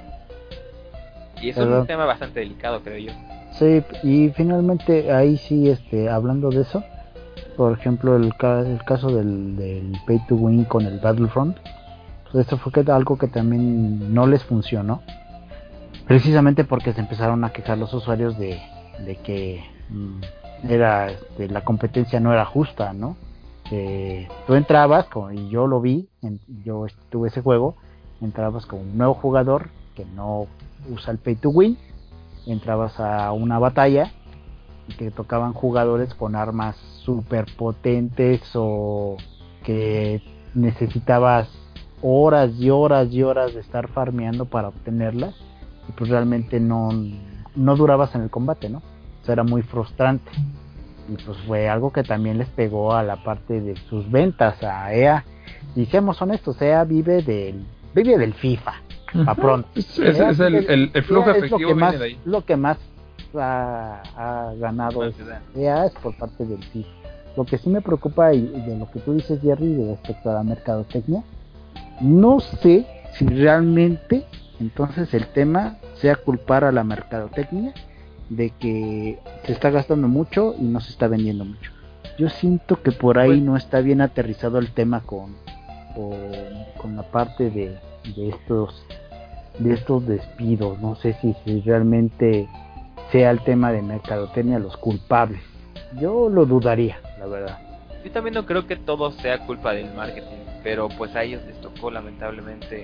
[SPEAKER 2] Y eso Perdón. es un tema bastante delicado, creo yo.
[SPEAKER 3] Sí, y finalmente ahí sí, este, hablando de eso, por ejemplo el, ca- el caso del, del pay to win con el Battlefront, pues esto fue que, algo que también no les funcionó, precisamente porque se empezaron a quejar los usuarios de, de que mmm, era este, la competencia no era justa, ¿no? Eh, tú entrabas, como, y yo lo vi, en, yo tuve ese juego, entrabas como un nuevo jugador que no usa el pay to win, entrabas a una batalla que tocaban jugadores con armas super potentes o que necesitabas horas y horas y horas de estar farmeando para obtenerlas y pues realmente no, no durabas en el combate, ¿no? O sea, era muy frustrante y pues fue algo que también les pegó a la parte de sus ventas a E A. Y seamos honestos, E A vive del, vive del FIFA, uh-huh. para pronto.
[SPEAKER 1] Es, es, es el, el, el flujo E A efectivo
[SPEAKER 3] es lo que más,
[SPEAKER 1] viene de ahí.
[SPEAKER 3] Lo que más ha, ha ganado es, E A es por parte del FIFA. Lo que sí me preocupa y de lo que tú dices, Jerry, respecto a la mercadotecnia, no sé si realmente entonces el tema sea culpar a la mercadotecnia de que se está gastando mucho y no se está vendiendo mucho. Yo siento que por ahí pues, no está bien aterrizado el tema con, con, con la parte de, de estos de estos despidos. No sé si, si realmente sea el tema de mercadotecnia los culpables. Yo lo dudaría, la verdad.
[SPEAKER 2] Yo también no creo que todo sea culpa del marketing, pero pues a ellos les tocó lamentablemente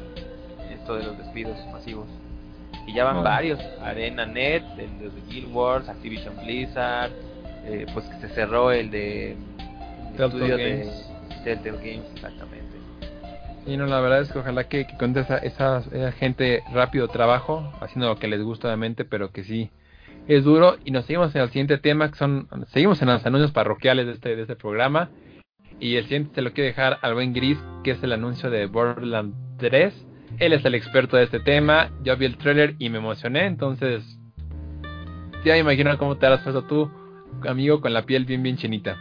[SPEAKER 2] en esto de los despidos masivos. Y ya van oh. varios, ArenaNet, el de Guild Wars, Activision Blizzard, eh, pues que se cerró el de el estudio de Telltale Games, exactamente.
[SPEAKER 1] Sí, no, la verdad es que ojalá que, que con esa, esa, esa gente rápido trabajo, haciendo lo que les gusta obviamente, pero que sí es duro. Y nos seguimos en el siguiente tema, que son, seguimos en los anuncios parroquiales de este, de este programa. Y el siguiente se lo quiero dejar al buen Gris, que es el anuncio de Borderlands tres. Él es el experto de este tema. Yo vi el trailer y me emocioné, entonces ya me imagino cómo te harás puesto tú, amigo, con la piel bien bien chinita.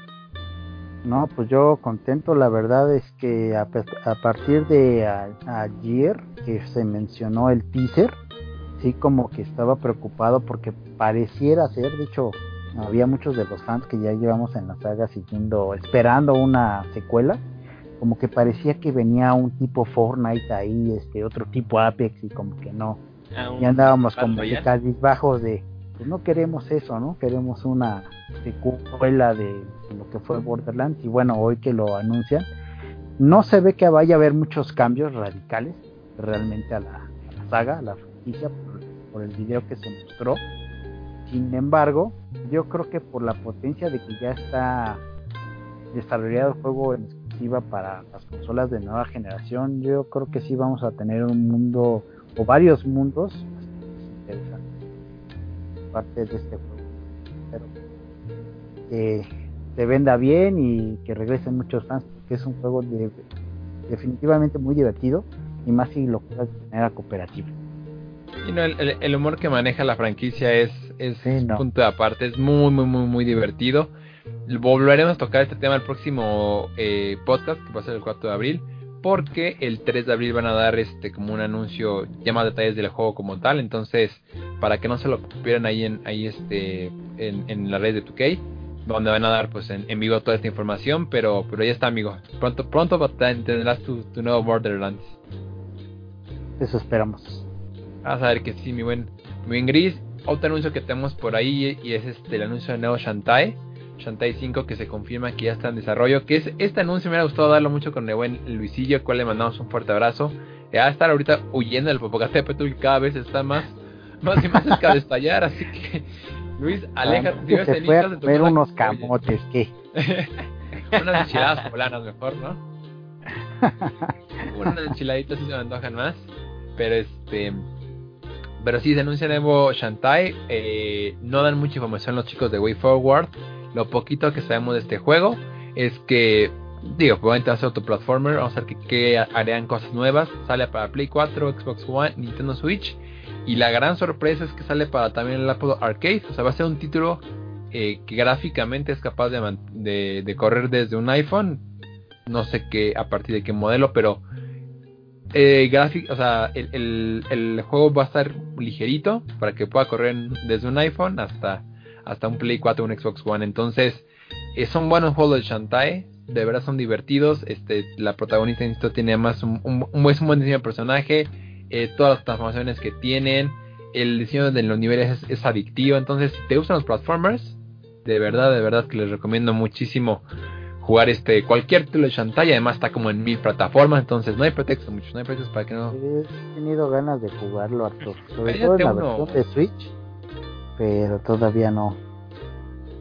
[SPEAKER 3] No, pues yo contento, la verdad es que a, a partir de a, ayer que se mencionó el teaser, sí como que estaba preocupado porque pareciera ser, de hecho había muchos de los fans que ya llevamos en la saga siguiendo, esperando una secuela, como que parecía que venía un tipo Fortnite ahí, este otro tipo Apex y como que no, y andábamos como que cabizbajos de pues no queremos eso, ¿no? Queremos una secuela de lo que fue Borderlands y bueno, hoy que lo anuncian, no se ve que vaya a haber muchos cambios radicales realmente a la, a la saga, a la franquicia, por, por el video que se mostró. Sin embargo, yo creo que por la potencia de que ya está desarrollado el juego en exclusiva para las consolas de nueva generación, yo creo que sí vamos a tener un mundo o varios mundos interesantes parte de este juego. Espero que se venda bien y que regresen muchos fans, porque es un juego de, definitivamente muy divertido y más si lo juegas de manera cooperativa.
[SPEAKER 1] Y no, el, el humor que maneja la franquicia es, es
[SPEAKER 3] sí, no.
[SPEAKER 1] punto de aparte, es muy muy muy muy divertido. Volveremos a tocar este tema el próximo eh, podcast, que va a ser el cuatro de abril, porque el tres de abril van a dar este como un anuncio, ya más detalles del juego como tal, entonces para que no se lo pierdan ahí en ahí este en, en la red de dos K, donde van a dar pues en, en vivo toda esta información, pero pero ya está, amigo, pronto pronto tendrás tu, tu nuevo Borderlands.
[SPEAKER 3] Eso esperamos.
[SPEAKER 1] Vas a ver que sí, mi buen mi buen Gris. Otro anuncio que tenemos por ahí y es este el anuncio de nuevo Shantae Shantae cinco, que se confirma que ya está en desarrollo, que es este anuncio me ha gustado darlo mucho con el buen Luisillo, al cual le mandamos un fuerte abrazo. Va a estar ahorita huyendo del Popocatépetl y cada vez está más más y más cerca de estallar, así que Luis, aléjate,
[SPEAKER 3] ah, se fue a ver unos camotes, ¿qué?
[SPEAKER 1] Unas enchiladas poblanas mejor, ¿no? Unas enchiladitas sí se me antojan más, pero este pero sí se anuncia nuevo Shantae. Eh, no dan mucha información los chicos de WayForward. Lo poquito que sabemos de este juego es que, digo, probablemente va a ser otro platformer. Vamos a ver que, que harían cosas nuevas. Sale para Play cuatro, Xbox One, Nintendo Switch. Y la gran sorpresa es que sale para también el Apple Arcade. O sea, va a ser un título eh, que gráficamente es capaz de, man- de, de correr desde un iPhone. No sé qué, a partir de qué modelo, pero eh, gráfico, o sea, el, el, el juego va a estar ligerito para que pueda correr desde un iPhone hasta hasta un Play cuatro, un Xbox One. Entonces eh, son buenos juegos de Shantae, de verdad son divertidos. Este, la protagonista en esto tiene además un, un, un, es un buen diseño de personaje, eh, todas las transformaciones que tienen, el diseño de los niveles es, es adictivo. Entonces si te gustan los platformers, de verdad, de verdad que les recomiendo muchísimo jugar este cualquier título de Shantae. Además está como en mil plataformas, entonces no hay pretexto, muchos no hay pretextos para que no.
[SPEAKER 3] He tenido ganas de jugarlo, Arthur, sobre todo en la versión de Switch, pero todavía no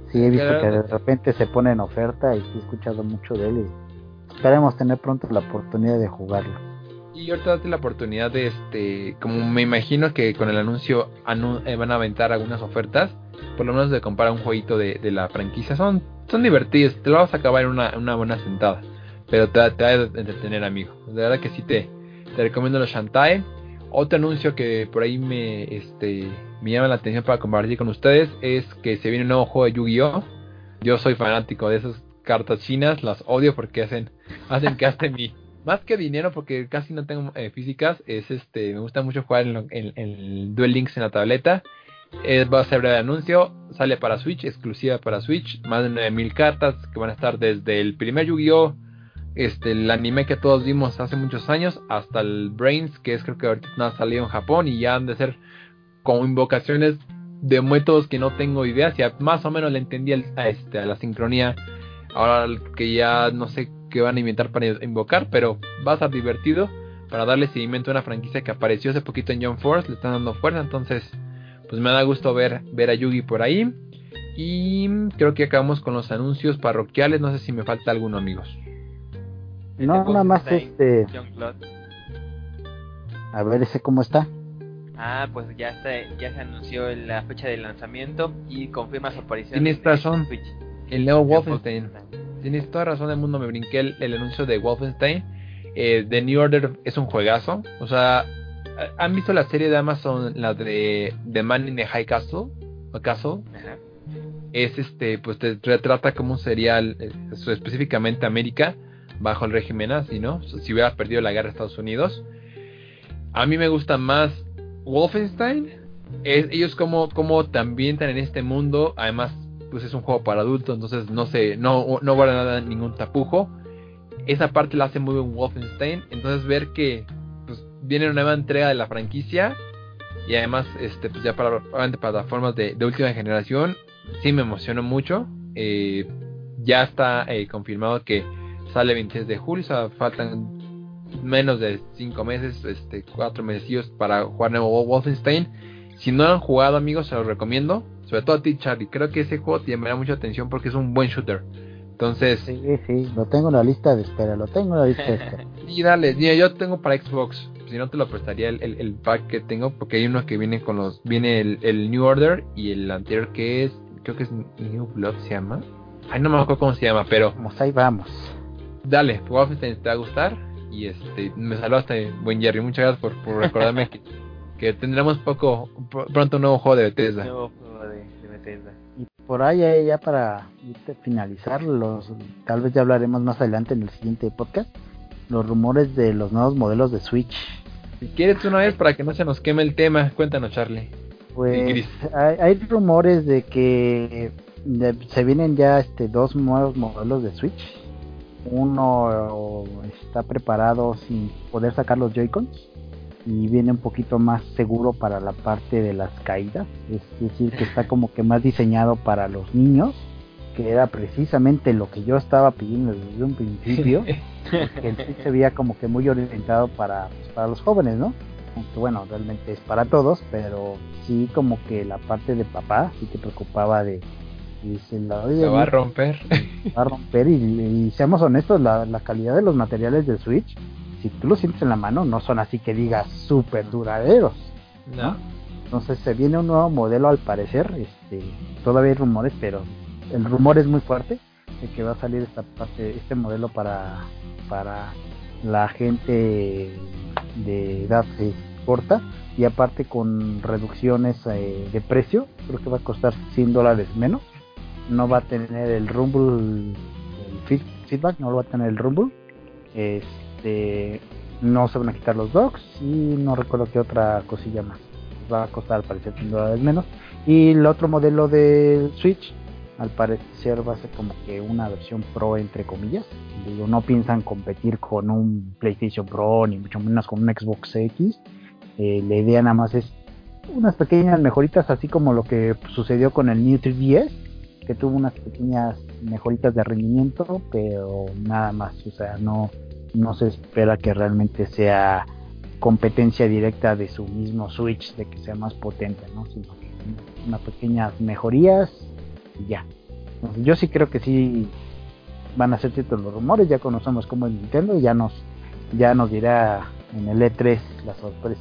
[SPEAKER 3] Sí, he visto
[SPEAKER 1] Claro.
[SPEAKER 3] que de repente se pone en oferta y sí he escuchado mucho de él. Y esperemos tener pronto la oportunidad de jugarlo.
[SPEAKER 1] Y ahorita date la oportunidad de este, como me imagino que con el anuncio anu- eh, van a aventar algunas ofertas, por lo menos de comprar un jueguito de, de la franquicia, son, son divertidos, te lo vas a acabar en una, una buena sentada, pero te, va- te va a entretener, amigo. De verdad que sí te, te recomiendo los Shantae. Otro anuncio que por ahí me, este, me llama la atención para compartir con ustedes es que se viene un nuevo juego de Yu-Gi-Oh! Yo soy fanático de esas cartas chinas, las odio porque hacen, hacen que hace mi más que dinero, porque casi no tengo eh, físicas, es este, me gusta mucho jugar en, lo- en, en Duel Links en la tableta. Eh, va a ser breve anuncio, sale para Switch, exclusiva para Switch, más de nueve mil cartas que van a estar desde el primer Yu-Gi-Oh! Este, el anime que todos vimos hace muchos años, hasta el Brains, que es creo que ahorita no ha salido en Japón, y ya han de ser como invocaciones de métodos que no tengo idea, si a- más o menos le entendí el- a, este, a la sincronía. Ahora que ya no sé qué van a inventar para invocar, pero va a estar divertido para darle seguimiento a una franquicia que apareció hace poquito en Jump Force, le están dando fuerza, entonces pues me da gusto ver, ver a Yugi por ahí. Y creo que acabamos con los anuncios parroquiales, no sé si me falta alguno, amigos.
[SPEAKER 2] El
[SPEAKER 3] No,
[SPEAKER 2] de
[SPEAKER 3] nada más
[SPEAKER 2] Wolfenstein
[SPEAKER 3] este,
[SPEAKER 2] Youngblood.
[SPEAKER 3] a ver ese cómo está.
[SPEAKER 2] Ah, pues ya se, ya se anunció la fecha de lanzamiento y confirma su aparición
[SPEAKER 1] Tienes
[SPEAKER 2] en
[SPEAKER 1] razón,
[SPEAKER 2] Switch.
[SPEAKER 1] el nuevo
[SPEAKER 2] El
[SPEAKER 1] Wolfenstein.
[SPEAKER 2] Wolfenstein.
[SPEAKER 1] Tienes toda razón del mundo, me brinqué el, el anuncio de Wolfenstein. Eh, The New Order es un juegazo. O sea, ¿han visto la serie de Amazon, la de The Man in the High Castle? ¿O Castle?
[SPEAKER 2] Ajá.
[SPEAKER 1] Es este, pues te retrata como un serial, eh, específicamente América, bajo el régimen nazi, ¿no? Si hubiera perdido la guerra de Estados Unidos. A mí me gusta más Wolfenstein. Es, ellos como, como también están en este mundo. Además, pues es un juego para adultos, entonces no sé, no, no guarda nada, ningún tapujo. Esa parte la hace muy bien Wolfenstein. Entonces ver que pues viene una nueva entrega de la franquicia y además este pues ya para, para plataformas de, de última generación, sí me emocionó mucho. Eh, ya está eh, confirmado que sale veintiséis de julio, o sea, faltan menos de cinco meses, este, cuatro meses para jugar nuevo Wolfenstein. Si no lo han jugado, amigos, se los recomiendo. Sobre todo a ti, Charlie. Creo que ese juego te llamará mucha atención porque es un buen shooter. Entonces,
[SPEAKER 3] Sí, sí, lo tengo en la lista de espera, lo tengo en la lista de espera.
[SPEAKER 1] y dale, mira, yo tengo para Xbox. Si no te lo prestaría el, el, el pack que tengo, porque hay uno que viene con los, viene el, el New Order y el anterior que es, creo que es New Blood se llama. Ay, no me acuerdo cómo se llama, pero
[SPEAKER 3] Vamos, ahí vamos.
[SPEAKER 1] dale, Wolfenstein te va a gustar. Y este, me saludaste, buen Jerry. Muchas gracias por, por recordarme que, que tendremos poco pr- pronto un nuevo juego de Bethesda.
[SPEAKER 2] Nuevo juego de, de Bethesda.
[SPEAKER 3] Y por ahí ya, ya para irte a finalizar, los, tal vez ya hablaremos más adelante en el siguiente podcast, los rumores de los nuevos modelos de Switch.
[SPEAKER 1] Si quieres una vez para que no se nos queme el tema, cuéntanos, Charlie.
[SPEAKER 3] Pues
[SPEAKER 1] Gris.
[SPEAKER 3] hay, hay rumores de que de- se vienen ya este dos nuevos modelos de Switch. Uno está preparado sin poder sacar los Joy-Cons y viene un poquito más seguro para la parte de las caídas, es decir, que está como que más diseñado para los niños, que era precisamente lo que yo estaba pidiendo desde un principio, porque el Switch se veía como que muy orientado para, pues, para los jóvenes, ¿no? Aunque bueno, realmente es para todos, pero sí como que la parte de papá sí te preocupaba de, dice, la, oye,
[SPEAKER 1] Se va a
[SPEAKER 3] mira,
[SPEAKER 1] romper.
[SPEAKER 3] va a romper y, y seamos honestos, la, la calidad de los materiales del Switch, si tú lo sientes en la mano, no son así que digas súper duraderos, ¿no? Entonces se viene un nuevo modelo al parecer, este, todavía hay rumores, pero el rumor es muy fuerte de que va a salir esta parte, este modelo para, para la gente de edad eh, corta, y aparte con reducciones eh, de precio, creo que va a costar cien dólares menos. No va a tener el rumble, el feed, feedback, no lo va a tener el rumble. Este, no se van a quitar los docks y no recuerdo qué otra cosilla más. Va a costar al parecer cien dólares menos. Y el otro modelo del Switch, al parecer va a ser como que una versión pro entre comillas. Digo, no piensan competir con un PlayStation Pro ni mucho menos con un Xbox X. Eh, la idea nada más es unas pequeñas mejoritas, así como lo que sucedió con el New tres D S, que tuvo unas pequeñas mejoritas de rendimiento, pero nada más, o sea, no, no se espera que realmente sea competencia directa de su mismo Switch, de que sea más potente, ¿no? Sino que unas pequeñas mejorías y ya. Yo sí creo que sí van a ser ciertos los rumores, ya conocemos cómo es Nintendo y ya nos, ya nos dirá en el E tres la sorpresa.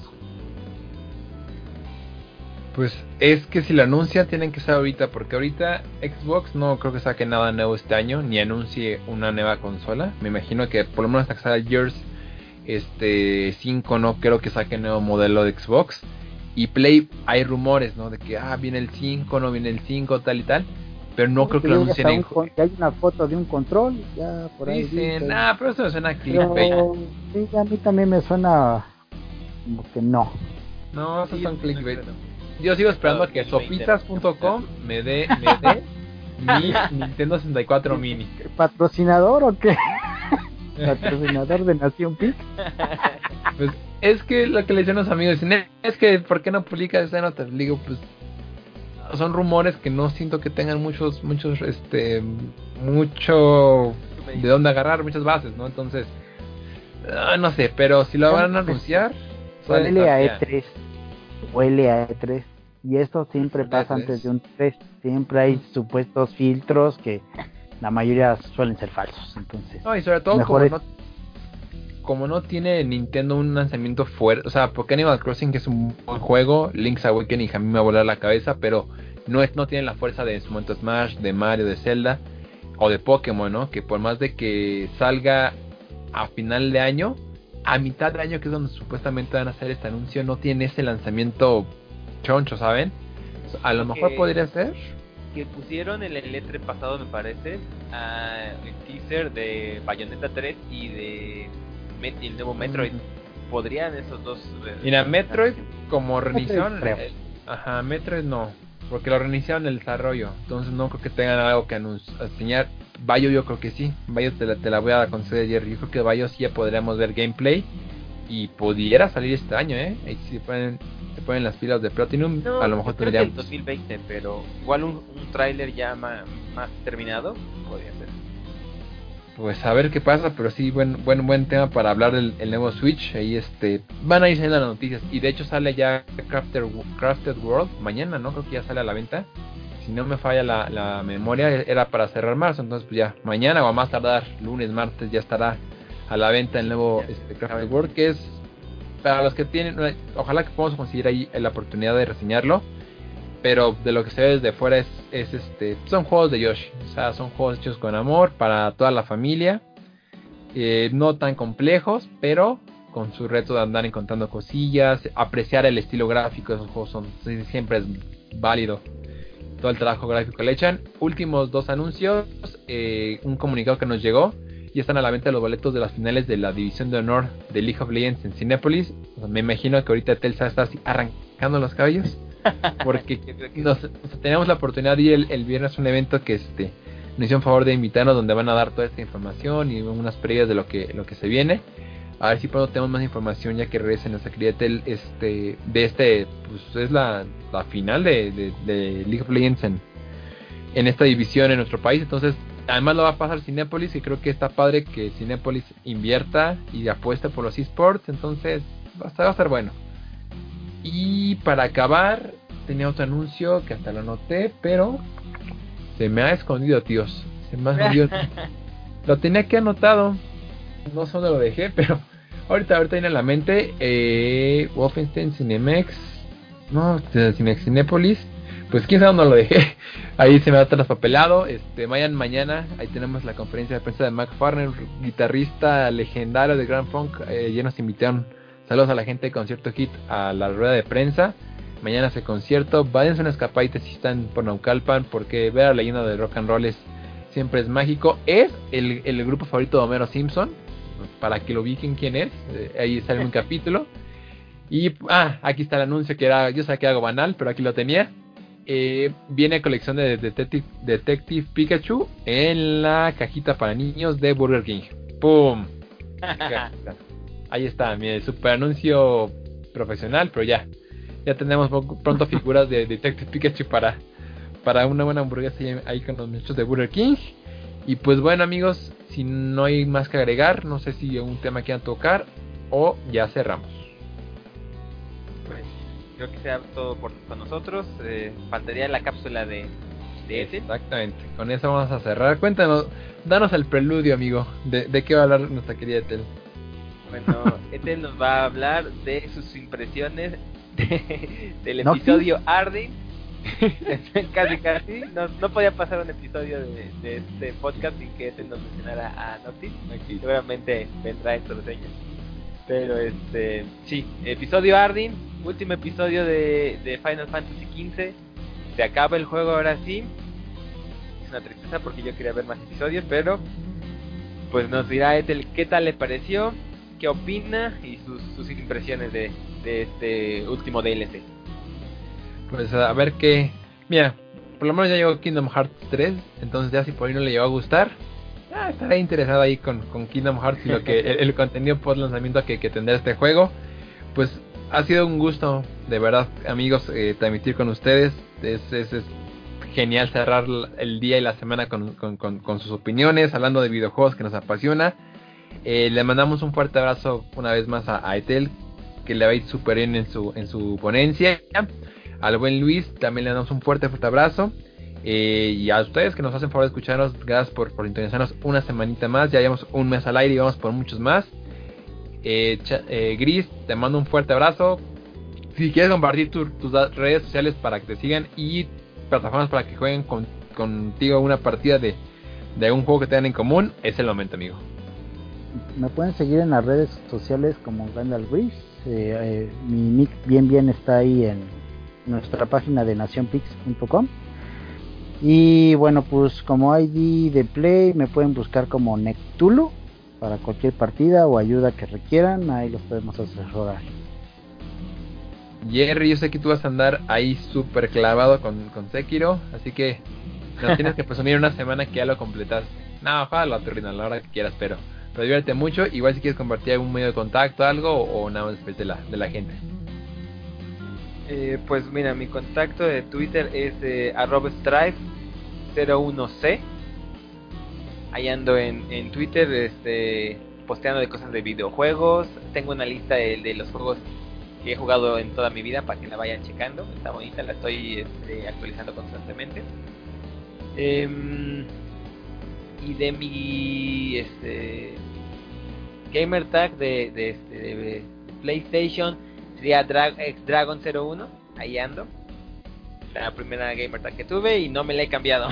[SPEAKER 1] Pues es que si lo anuncian tienen que ser ahorita, porque ahorita Xbox no creo que saque nada nuevo este año, ni anuncie una nueva consola. Me imagino que por lo menos hasta que salga Gears este cinco no creo que saque nuevo modelo de Xbox. Y Play hay rumores, ¿no? De que ah, viene el cinco, no viene el cinco, tal y tal. Pero no creo que lo anuncien en...
[SPEAKER 3] Un, hay una foto de un control, ya por ahí.
[SPEAKER 1] Dicen, ah, pero eso me suena a clickbait.
[SPEAKER 3] Sí, a mí también me suena como que no.
[SPEAKER 1] No, esos
[SPEAKER 2] Sí,
[SPEAKER 1] son
[SPEAKER 2] sí,
[SPEAKER 1] clickbait.
[SPEAKER 2] no,
[SPEAKER 1] Yo sigo esperando a que
[SPEAKER 2] dos mil veinte.
[SPEAKER 1] sopitas punto com me dé me dé mi Nintendo sesenta y cuatro mini.
[SPEAKER 3] ¿Patrocinador o qué? ¿Patrocinador de Nación Pic?
[SPEAKER 1] Pues es que lo que le dicen los amigos, dicen, es que ¿por qué no publicas esa nota? Le digo, pues son rumores que no siento que tengan muchos, muchos, este, mucho de dónde agarrar, muchas bases, ¿no? Entonces, uh, no sé, pero si lo van a anunciar,
[SPEAKER 3] huele a E tres, huele a E tres, y esto siempre pasa
[SPEAKER 1] E tres.
[SPEAKER 3] Antes de un tres, siempre hay supuestos filtros que la mayoría suelen ser falsos, entonces.
[SPEAKER 1] No, y sobre todo como
[SPEAKER 3] es...
[SPEAKER 1] no, como no tiene Nintendo un lanzamiento fuerte, o sea, porque Animal Crossing que es un buen juego, Link's Awakening a mí me va a volar la cabeza, pero no es no tiene la fuerza de en su momento Smash, de Mario, de Zelda o de Pokémon, ¿no? Que por más de que salga a final de año, a mitad de año que es donde supuestamente van a hacer este anuncio, no tiene ese lanzamiento choncho, ¿saben? A lo
[SPEAKER 2] Porque
[SPEAKER 1] mejor podría ser
[SPEAKER 2] que pusieron en el E tres pasado, me parece, uh, el teaser de Bayonetta tres y de Met y el nuevo Metroid. Mm. Podrían esos dos.
[SPEAKER 1] Mira, Metroid como reiniciaron, eh, ajá, Metroid no, porque lo reiniciaron el desarrollo, entonces no creo que tengan algo que anunciar, enseñar. Bayo yo creo que sí, Bayo te la, te la voy a conceder, Jerry. Yo creo que Bayo sí ya podríamos ver gameplay y pudiera salir este año, ¿eh? Ahí si se ponen, se ponen las pilas de Platinum,
[SPEAKER 2] no,
[SPEAKER 1] a lo mejor
[SPEAKER 2] creo
[SPEAKER 1] tendríamos...
[SPEAKER 2] que el dos mil veinte, pero igual un, un tráiler ya más, más terminado podría ser.
[SPEAKER 1] Pues a ver qué pasa, pero sí, buen buen buen tema para hablar del el nuevo Switch. Ahí este van a ir saliendo las noticias y de hecho sale ya Crafted, Crafted World mañana, ¿no? Creo que ya sale a la venta. Si no me falla la, la memoria, era para cerrar marzo, entonces pues ya mañana o a más tardar lunes, martes ya estará a la venta el nuevo este, Crafted World, que es para los que tienen, ojalá que podamos conseguir ahí la oportunidad de reseñarlo, pero de lo que se ve desde fuera es, es este, son juegos de Yoshi, o sea, son juegos hechos con amor para toda la familia, eh, no tan complejos, pero con su reto de andar encontrando cosillas, apreciar el estilo gráfico de esos juegos, son, siempre es válido todo el trabajo gráfico que le echan. Últimos dos anuncios, eh, un comunicado que nos llegó, y están a la venta los boletos de las finales de la división de honor de League of Legends en Cinépolis. O sea, me imagino que ahorita Telsa está así arrancando los cabellos, porque nos, o sea, tenemos la oportunidad de ir el, el viernes a un evento que este nos hicieron favor de invitarnos, donde van a dar toda esta información y unas previas de lo que lo que se viene. A ver si pronto tenemos más información ya que regrese nuestra querida Tel, este, de este, pues es la, la final de, de, de League of Legends en, en esta división en nuestro país. Entonces, además lo va a pasar Cinépolis, y creo que está padre que Cinépolis invierta y apueste por los esports. Entonces, va a estar, va a estar bueno. Y para acabar, tenía otro anuncio que hasta lo anoté, pero se me ha escondido, tíos. Se me ha escondido. Lo tenía aquí anotado. No sé dónde lo dejé, pero ahorita ahorita viene a la mente. eh, Wolfenstein Cinemex, no, Cinemex Cinépolis, pues quién sabe dónde lo dejé. Ahí se me ha traspapelado. Este, vayan mañana, ahí tenemos la conferencia de prensa de McFarlane, guitarrista legendario de Grand Funk. Eh, ya nos invitaron, saludos a la gente de Concierto Hit, a la rueda de prensa. Mañana ese concierto, váyanse una escapadita si están por Naucalpan, porque ver a la leyenda del rock and roll es, siempre es mágico. Es el, el grupo favorito de Homero Simpson, para que lo ubiquen quién es. Eh, ahí sale un capítulo. Y ah, aquí está el anuncio que era, yo sé que algo banal, pero aquí lo tenía. Eh, viene colección de Detective, Detective Pikachu en la cajita para niños de Burger King. ¡Pum! Ahí está, mi super anuncio profesional, pero ya. Ya tenemos pronto figuras de Detective Pikachu para, para una buena hamburguesa ahí, ahí con los muchachos de Burger King. Y pues bueno, amigos, si no hay más que agregar, no sé si un tema quieran tocar o ya cerramos.
[SPEAKER 2] Pues creo que sea todo por con nosotros. Eh, faltaría la cápsula de de Ethel.
[SPEAKER 1] Exactamente, con eso vamos a cerrar. Cuéntanos, danos el preludio, amigo, de, de qué va a hablar nuestra querida Ethel.
[SPEAKER 2] Bueno, Ethel nos va a hablar de sus impresiones de, del
[SPEAKER 3] ¿No?
[SPEAKER 2] episodio Arden. casi casi, no, no podía pasar un episodio de, de este podcast sin que Ethel nos mencionara a Noctis. Aquí seguramente vendrá en su reseña. Pero este, sí, episodio Arden, último episodio de, de Final Fantasy quince. Se acaba el juego ahora sí. Es una tristeza porque yo quería ver más episodios, pero pues nos dirá Ethel qué tal le pareció, qué opina y sus, sus impresiones de, de este último D L C.
[SPEAKER 1] Pues a ver qué... Mira, por lo menos ya llegó Kingdom Hearts tres, entonces ya si por ahí no le llegó a gustar, ah, estaré interesado ahí con, con Kingdom Hearts y lo que el, el contenido post lanzamiento que, que tendrá este juego. Pues ha sido un gusto, de verdad, amigos, eh, transmitir con ustedes. Es, es, es genial cerrar el día y la semana con, con, con, con sus opiniones, hablando de videojuegos que nos apasiona. Eh, le mandamos un fuerte abrazo una vez más a, a Ethel, que le va a ir súper bien en su, en su ponencia. Al buen Luis también le damos un fuerte fuerte abrazo, eh, y a ustedes que nos hacen favor de escucharnos, gracias por, por interesarnos una semanita más. Ya llevamos un mes al aire y vamos por muchos más. eh, Ch- eh, Gris, te mando un fuerte abrazo. Si quieres compartir tu, tus redes sociales para que te sigan y plataformas para que jueguen con, contigo una partida de, de algún juego que tengan en común, es el momento, amigo.
[SPEAKER 3] Me pueden seguir en las redes sociales como Gandalf Gris. eh, eh, mi nick bien bien está ahí en nuestra página de nación pix punto com. Y bueno, pues como I D de Play me pueden buscar como Nectulo para cualquier partida o ayuda que requieran, ahí los podemos asesorar.
[SPEAKER 1] Jerry, yo sé que tú vas a andar ahí súper clavado con, con Sekiro, así que nos tienes que presumir una semana que ya lo completaste. No, ojalá a tu a la hora que quieras, pero, pero diviértete mucho. Igual si quieres compartir algún medio de contacto, algo, o, o nada más después de la, de la gente.
[SPEAKER 2] Eh, pues mira, mi contacto de Twitter es eh, arroba strife cero uno c. Ahí ando en, en Twitter, este, posteando de cosas de videojuegos. Tengo una lista de, de los juegos que he jugado en toda mi vida para que la vayan checando. Está bonita, la estoy este, actualizando constantemente. Eh, y de mi este, gamer tag de, de, este, de PlayStation sería Dra- Ex Dragon cero uno. Ahí ando. La primera gamer tag que tuve y no me la he cambiado.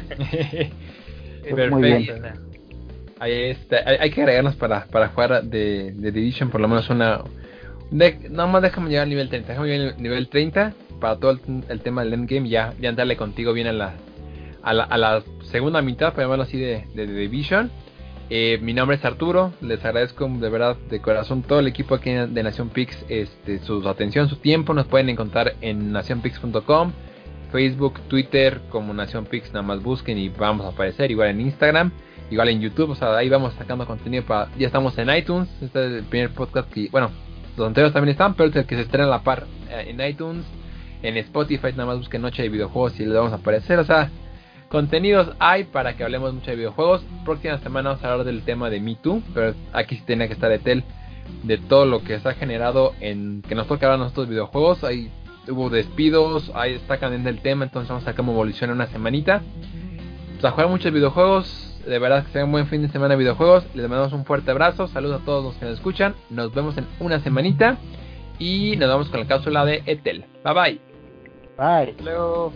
[SPEAKER 3] Pues muy bien.
[SPEAKER 1] Ahí está. Hay, hay que agregarnos para, para jugar de, de Division por lo menos una... De, nada más déjame llegar al nivel treinta. Déjame llegar al nivel treinta para todo el, el tema del endgame. Ya, ya andarle contigo bien a la, a la, a la segunda mitad, para llamarlo así, de, de, de Division. Eh, mi nombre es Arturo. Les agradezco de verdad, de corazón, todo el equipo aquí de Nación Pix, este, su atención, su tiempo. Nos pueden encontrar en nación pix punto com, Facebook, Twitter como Nación Pix, nada más busquen y vamos a aparecer. Igual en Instagram, igual en YouTube, o sea, ahí vamos sacando contenido para... Ya estamos en iTunes, este es el primer podcast que, bueno, los anteriores también están, pero es el que se estrena a la par eh, en iTunes. En Spotify nada más busquen Noche de Videojuegos y les vamos a aparecer, o sea, contenidos hay para que hablemos mucho de videojuegos. Próxima semana vamos a hablar del tema de Me Too, pero aquí sí tenía que estar Ethel, de todo lo que se ha generado en que nos toca hablar nosotros de videojuegos. Ahí hubo despidos, ahí está candente el tema, entonces vamos a ver cómo evoluciona una semanita. Pues a jugar muchos videojuegos. De verdad que sea un buen fin de semana de videojuegos. Les mandamos un fuerte abrazo. Saludos a todos los que nos escuchan. Nos vemos en una semanita. Y nos vamos con la cápsula de Ethel. Bye bye.
[SPEAKER 3] Bye.
[SPEAKER 2] Luego.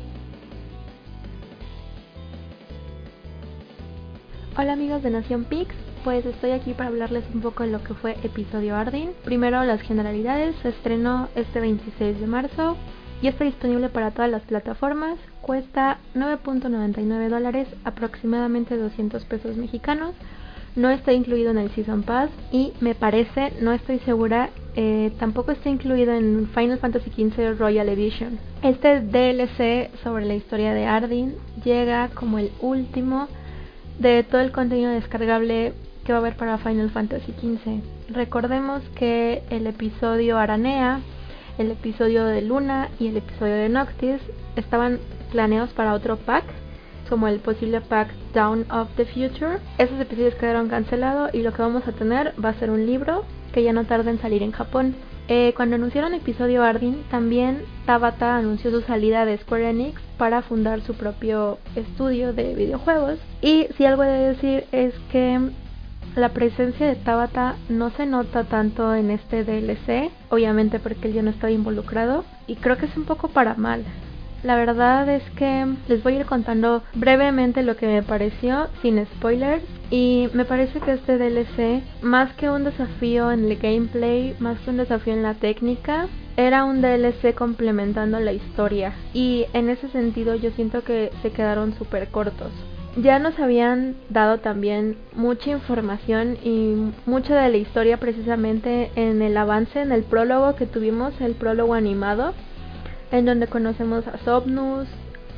[SPEAKER 4] Hola amigos de Nación Pix, pues estoy aquí para hablarles un poco de lo que fue episodio Arden. Primero las generalidades, se estrenó este veintiséis de marzo y está disponible para todas las plataformas. Cuesta nueve punto noventa y nueve dólares, aproximadamente doscientos pesos mexicanos. No está incluido en el Season Pass y me parece, no estoy segura, eh, tampoco está incluido en Final Fantasy quince Royal Edition. Este D L C sobre la historia de Arden llega como el último de todo el contenido descargable que va a haber para Final Fantasy quince. Recordemos que el episodio Aranea, el episodio de Luna y el episodio de Noctis estaban planeados para otro pack, como el posible pack Dawn of the Future. Esos episodios quedaron cancelados y lo que vamos a tener va a ser un libro que ya no tarda en salir en Japón. Eh, cuando anunciaron episodio Arden, también Tabata anunció su salida de Square Enix para fundar su propio estudio de videojuegos. Y si algo he de decir es que la presencia de Tabata no se nota tanto en este D L C, obviamente porque él ya no estaba involucrado, y creo que es un poco para mal. La verdad es que les voy a ir contando brevemente lo que me pareció, sin spoilers, y me parece que este D L C, más que un desafío en el gameplay, más que un desafío en la técnica, era un D L C complementando la historia, y en ese sentido yo siento que se quedaron súper cortos. Ya nos habían dado también mucha información y mucha de la historia precisamente en el avance, en el prólogo que tuvimos, el prólogo animado, en donde conocemos a Somnus,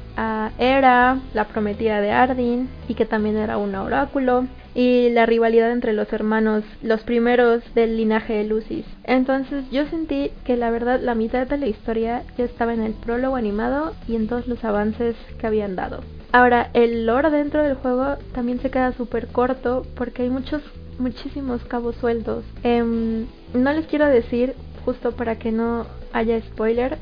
[SPEAKER 4] a Hera, la prometida de Arden, y que también era un oráculo, y la rivalidad entre los hermanos, los primeros del linaje de Lucis. Entonces yo sentí que la verdad la mitad de la historia ya estaba en el prólogo animado y en todos los avances que habían dado. Ahora, el lore dentro del juego también se queda súper corto porque hay muchos, muchísimos cabos sueltos. Eh, no les quiero decir, justo para que no haya spoiler,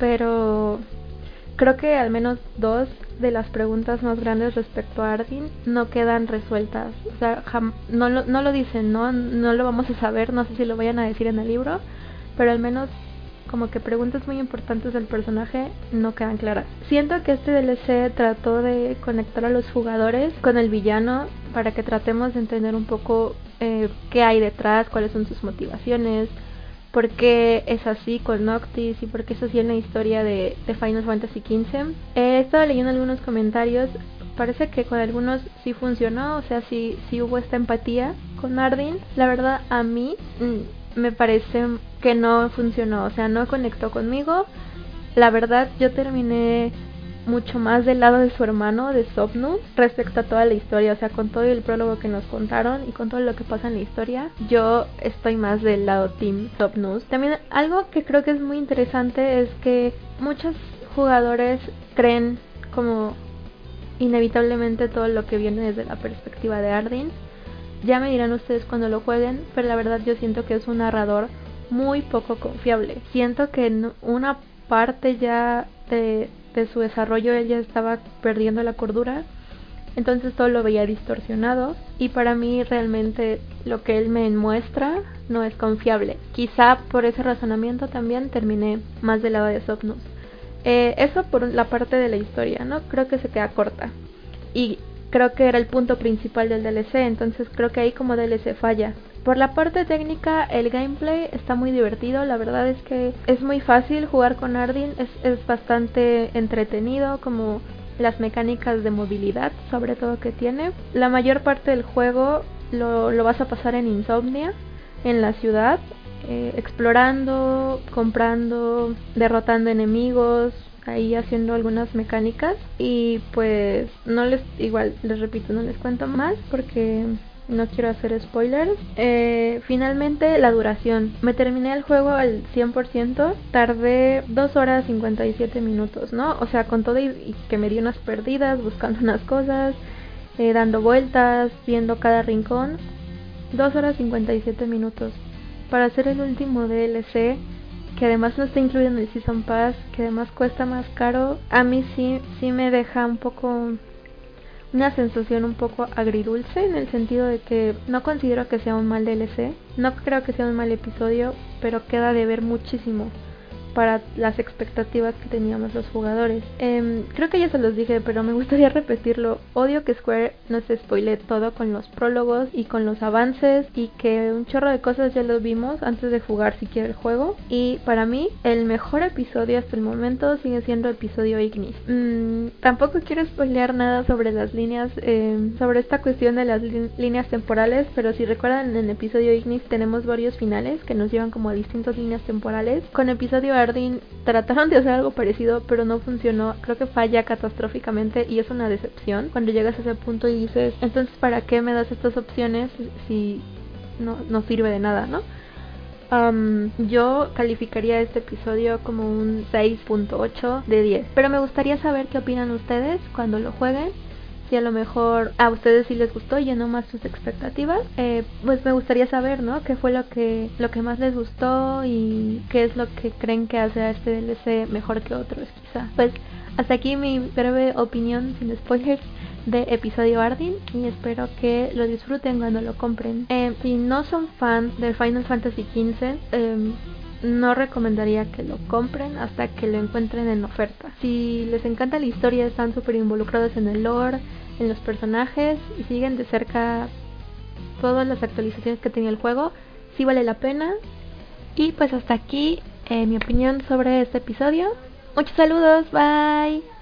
[SPEAKER 4] pero creo que al menos dos de las preguntas más grandes respecto a Arden no quedan resueltas. O sea, jam- no, lo, no lo dicen, ¿no? No lo vamos a saber, no sé si lo vayan a decir en el libro, pero al menos como que preguntas muy importantes del personaje no quedan claras. Siento que este D L C trató de conectar a los jugadores con el villano para que tratemos de entender un poco eh, qué hay detrás, cuáles son sus motivaciones, por qué es así con Noctis y por qué es así en la historia de, de Final Fantasy quince. He estado leyendo algunos comentarios, parece que con algunos sí funcionó, o sea, sí, sí hubo esta empatía con Arden. La verdad, a mí mmm, me parece que no funcionó, o sea, no conectó conmigo. La verdad, yo terminé mucho más del lado de su hermano, de Somnus, respecto a toda la historia, o sea, con todo el prólogo que nos contaron y con todo lo que pasa en la historia, yo estoy más del lado Team Somnus. También algo que creo que es muy interesante es que muchos jugadores creen como inevitablemente todo lo que viene desde la perspectiva de Arden. Ya me dirán ustedes cuando lo jueguen, pero la verdad yo siento que es un narrador muy poco confiable. Siento que en una parte ya de, de su desarrollo él ya estaba perdiendo la cordura, entonces todo lo veía distorsionado y para mí realmente lo que él me muestra no es confiable. Quizá por ese razonamiento también terminé más del lado de Somnus. Eh, eso por la parte de la historia, ¿no? Creo que se queda corta y creo que era el punto principal del D L C, entonces creo que ahí como D L C falla. Por la parte técnica, el gameplay está muy divertido, la verdad es que es muy fácil jugar con Arden, es, es bastante entretenido, como las mecánicas de movilidad, sobre todo que tiene. La mayor parte del juego lo, lo vas a pasar en Insomnia, en la ciudad, eh, explorando, comprando, derrotando enemigos, ahí haciendo algunas mecánicas y pues no les, igual les repito, no les cuento más porque no quiero hacer spoilers. Eh, finalmente la duración, me terminé el juego al cien por ciento, tardé dos horas cincuenta y siete minutos, ¿no? O sea, con todo y, y que me di unas perdidas buscando unas cosas, eh, dando vueltas, viendo cada rincón, dos horas cincuenta y siete minutos para hacer el último D L C, que además no está incluido en el Season Pass, que además cuesta más caro. A mí sí, sí me deja un poco, una sensación un poco agridulce, en el sentido de que no considero que sea un mal D L C, no creo que sea un mal episodio, pero queda de ver muchísimo para las expectativas que teníamos los jugadores. Eh, creo que ya se los dije, pero me gustaría repetirlo. Odio que Square nos spoile todo con los prólogos y con los avances, y que un chorro de cosas ya los vimos antes de jugar siquiera el juego. Y para mí, el mejor episodio hasta el momento sigue siendo episodio Ignis. Mm, tampoco quiero spoilear nada sobre las líneas, eh, sobre esta cuestión de las li- líneas temporales, pero si recuerdan, en el episodio Ignis tenemos varios finales que nos llevan como a distintas líneas temporales. Con episodio Arden trataron de hacer algo parecido, pero no funcionó. Creo que falla catastróficamente y es una decepción cuando llegas a ese punto y dices, entonces ¿para qué me das estas opciones si no, no sirve de nada, ¿no? Um, yo calificaría este episodio como un seis punto ocho de diez, pero me gustaría saber qué opinan ustedes cuando lo jueguen. si a lo mejor a ustedes sí les gustó y llenó más sus expectativas. Eh, pues me gustaría saber, ¿no? ¿Qué fue lo que lo que más les gustó y qué es lo que creen que hace a este D L C mejor que otros, quizá? Pues hasta aquí mi breve opinión sin spoilers de episodio Ardyn y espero que lo disfruten cuando lo compren. Eh, si no son fans de Final Fantasy quince, eh, no recomendaría que lo compren hasta que lo encuentren en oferta. Si les encanta la historia, están súper involucrados en el lore, en los personajes y siguen de cerca todas las actualizaciones que tenía el juego, sí vale la pena. Y pues hasta aquí eh, mi opinión sobre este episodio. Muchos saludos, bye.